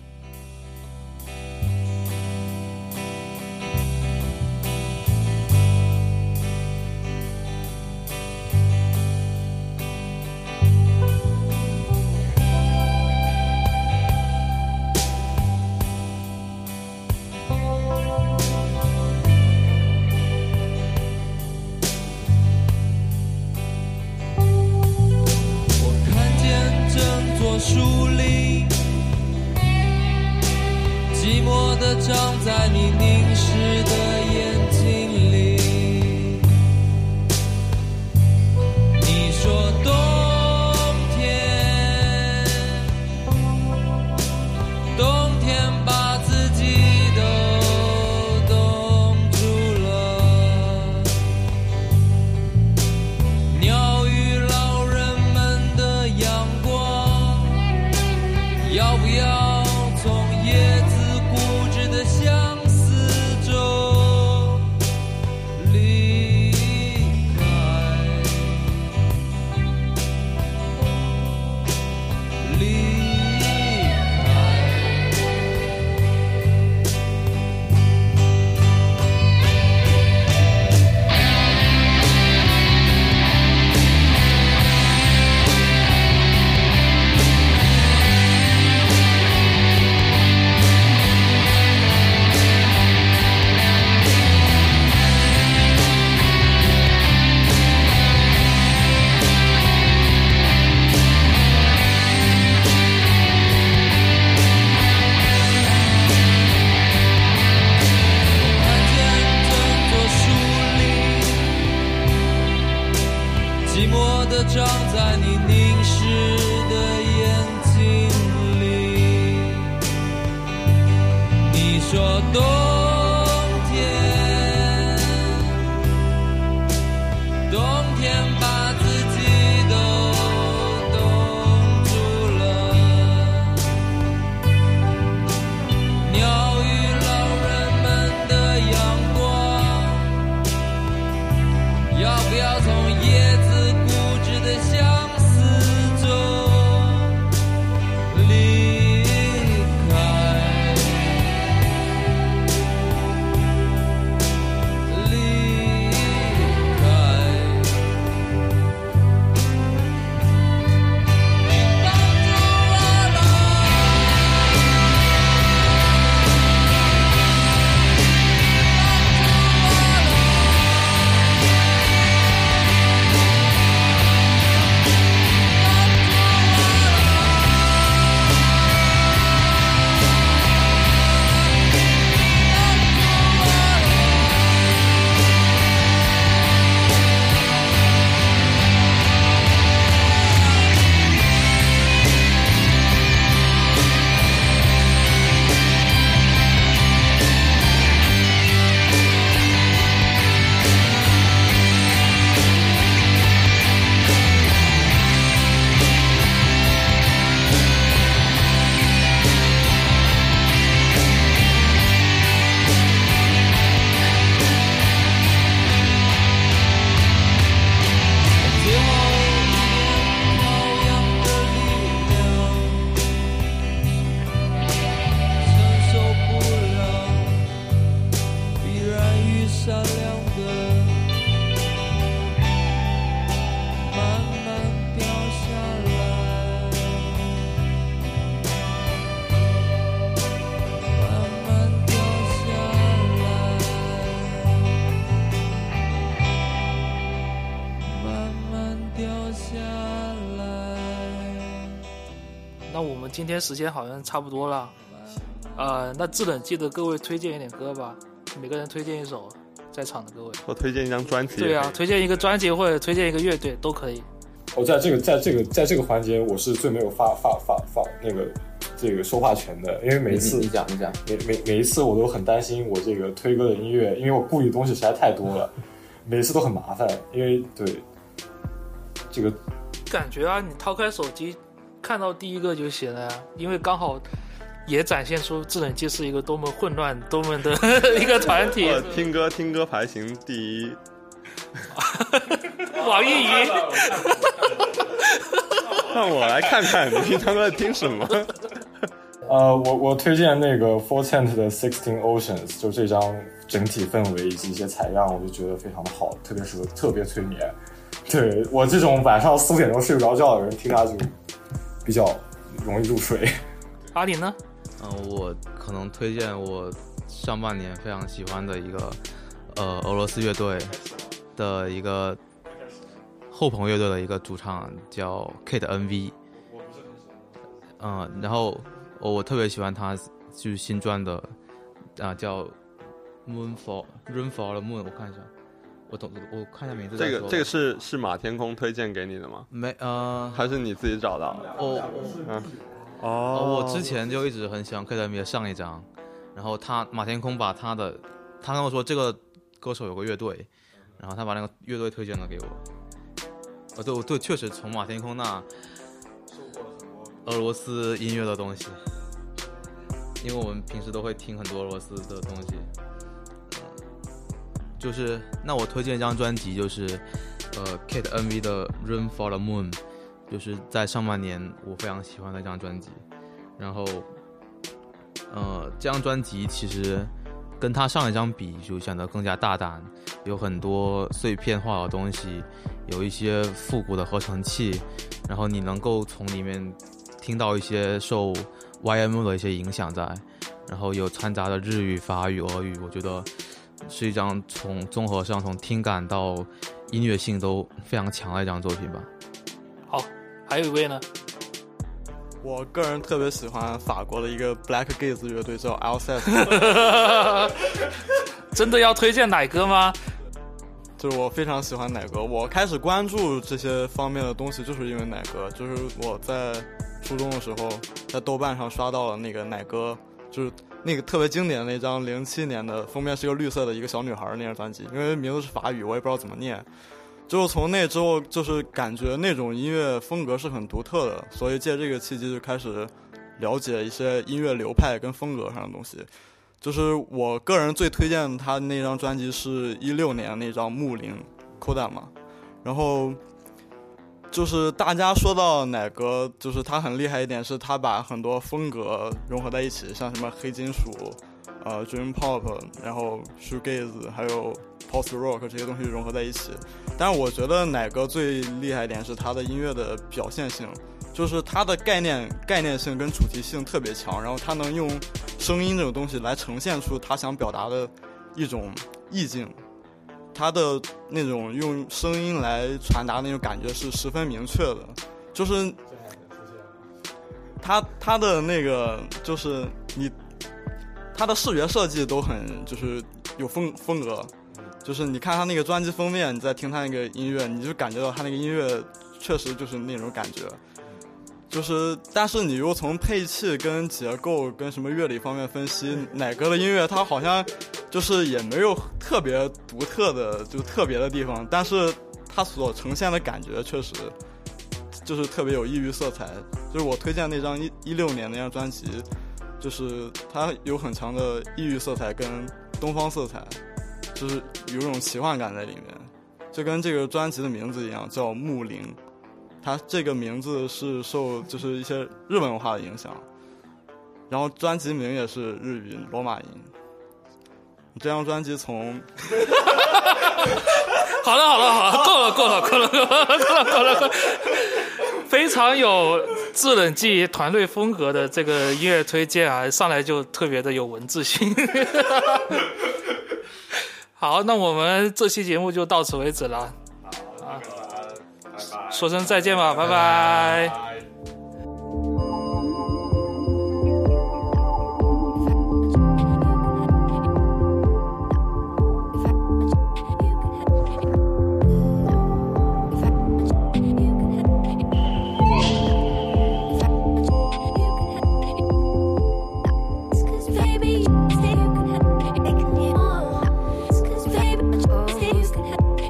今天时间好像差不多了，那制冷记得各位推荐一点歌吧，每个人推荐一首，在场的各位。
我推荐一张专辑。
对啊，推荐一个专辑或者推荐一个乐队都可以。
我在这个环节，我是最没有发这个说话权的，因为每一次
你讲，
每一次我都很担心我这个推歌的音乐，因为我顾虑的东西实在太多了。 每次都很麻烦，因为对这个
感觉啊，你掏开手机看到第一个就行了呀，因为刚好也展现出制冷剂是一个多么混乱、多么的一个团体。
听歌排行第一，
网易云。
让我来看看你平常都在听什么。
我推荐那个 4tent 的 16 Oceans， 就这张整体氛围以及一些采样，我就觉得非常的好，特别适合特别催眠。对我这种晚上4、5点钟睡不着觉的人，听它就比较容易入睡。
阿里呢？
我可能推荐我上半年非常喜欢的一个俄罗斯乐队的一个后朋乐队的一个主唱叫 Kate NV。然后我特别喜欢他就是新专的叫 Run for the Moon， 我看一下。我看一下名字再说。
这个是马天空推荐给你的吗？
没
还是你自己找到的？
我之前就一直很喜欢 KTM 的上一张，然后马天空把他跟我说这个歌手有个乐队，然后他把那个乐队推荐了给我。对，确实从马天空那俄罗斯音乐的东西，因为我们平时都会听很多俄罗斯的东西。就是那我推荐一张专辑，就是Kate NV 的 Run for the Moon， 就是在上半年我非常喜欢的一张专辑。然后这张专辑其实跟他上一张比就显得更加大胆，有很多碎片化的东西，有一些复古的合成器，然后你能够从里面听到一些受 YMO 的一些影响在，然后有掺杂的日语、法语、俄语，我觉得是一张从综合上从听感到音乐性都非常强的一张作品吧。
好，还有一位呢？
我个人特别喜欢法国的一个 Black Gaze 乐队叫 Alsace。
真的要推荐奶哥吗？
就是我非常喜欢奶哥，我开始关注这些方面的东西就是因为奶哥，就是我在初中的时候在豆瓣上刷到了那个奶哥，就是那个特别经典的那张07年的封面是一个绿色的一个小女孩那张专辑，因为名字是法语我也不知道怎么念，就从那之后就是感觉那种音乐风格是很独特的，所以借这个契机就开始了解一些音乐流派跟风格上的东西。就是我个人最推荐他那张专辑是16年那张木林 Kodama， 然后就是大家说到奶哥，就是他很厉害一点是他把很多风格融合在一起，像什么黑金属Dream Pop， 然后 Shoegaze 还有 Post Rock 这些东西融合在一起。但是我觉得奶哥最厉害一点是他的音乐的表现性，就是他的概念性跟主题性特别强，然后他能用声音这种东西来呈现出他想表达的一种意境，他的那种用声音来传达那种感觉是十分明确的，就是他的那个就是他的视觉设计都很就是有风格，就是你看他那个专辑封面，你再听他那个音乐，你就感觉到他那个音乐确实就是那种感觉。就是但是你又从配器跟结构跟什么乐理方面分析，奶哥的音乐它好像就是也没有特别独特的就特别的地方，但是它所呈现的感觉确实就是特别有异域色彩。就是我推荐那张16年那张专辑，就是它有很强的异域色彩跟东方色彩，就是有一种奇幻感在里面，就跟这个专辑的名字一样叫木林，它这个名字是受就是一些日本文化的影响，然后专辑名也是日语罗马音。这张专辑从
好了，够了，非常有制冷剂团队风格的这个音乐推荐啊，上来就特别的有文字性。好，那我们这期节目就到此为止了。说声再见吧，拜拜。
Baby,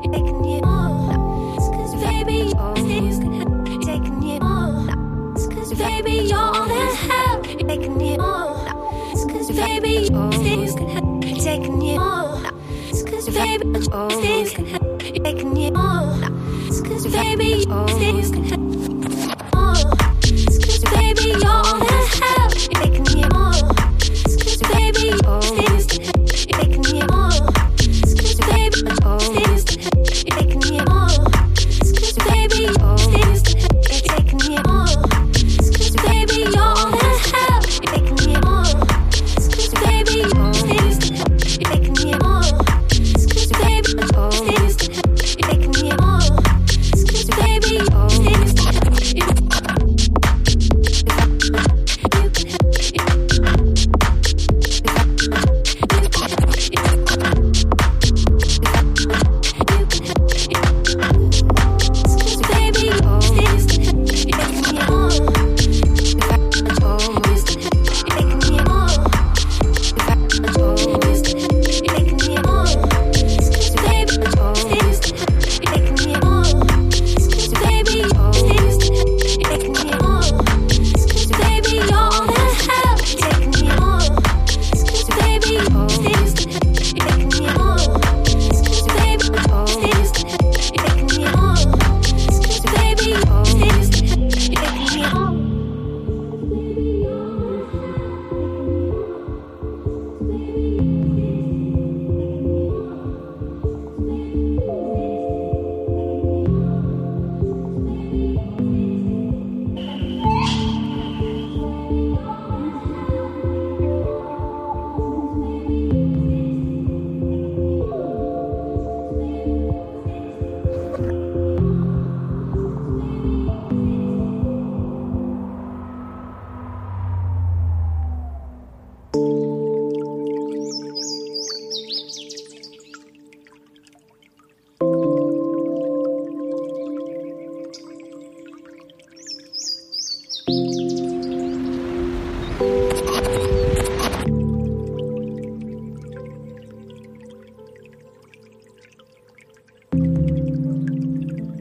baby, you're all that help. You're making it all. Cause baby, things can help. You're taking it all. Cause baby, things can help. You're making it all. Cause baby, things can help. Cause baby, you're all that help. You're making it all. Cause baby, things can help. You're making it all. Cause baby, things can help. You're making it all. Cause baby, things can help. You're taking it all. Cause baby, you're all that help. You're making it all. Cause baby, things can help. You're making it all. Cause baby, things can help. You're making it all. Cause baby, things can help.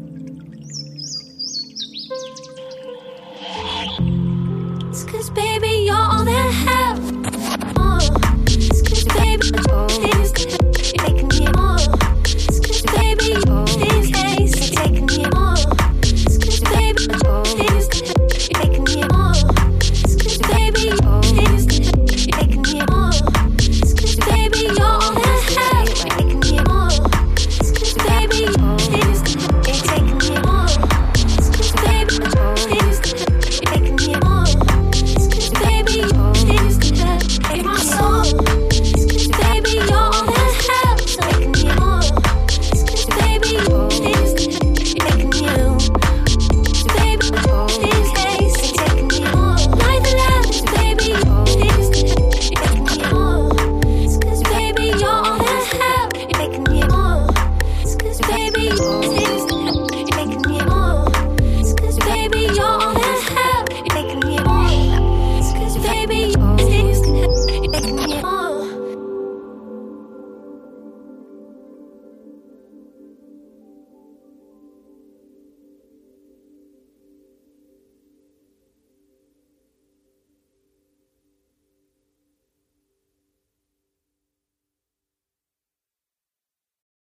Cause baby,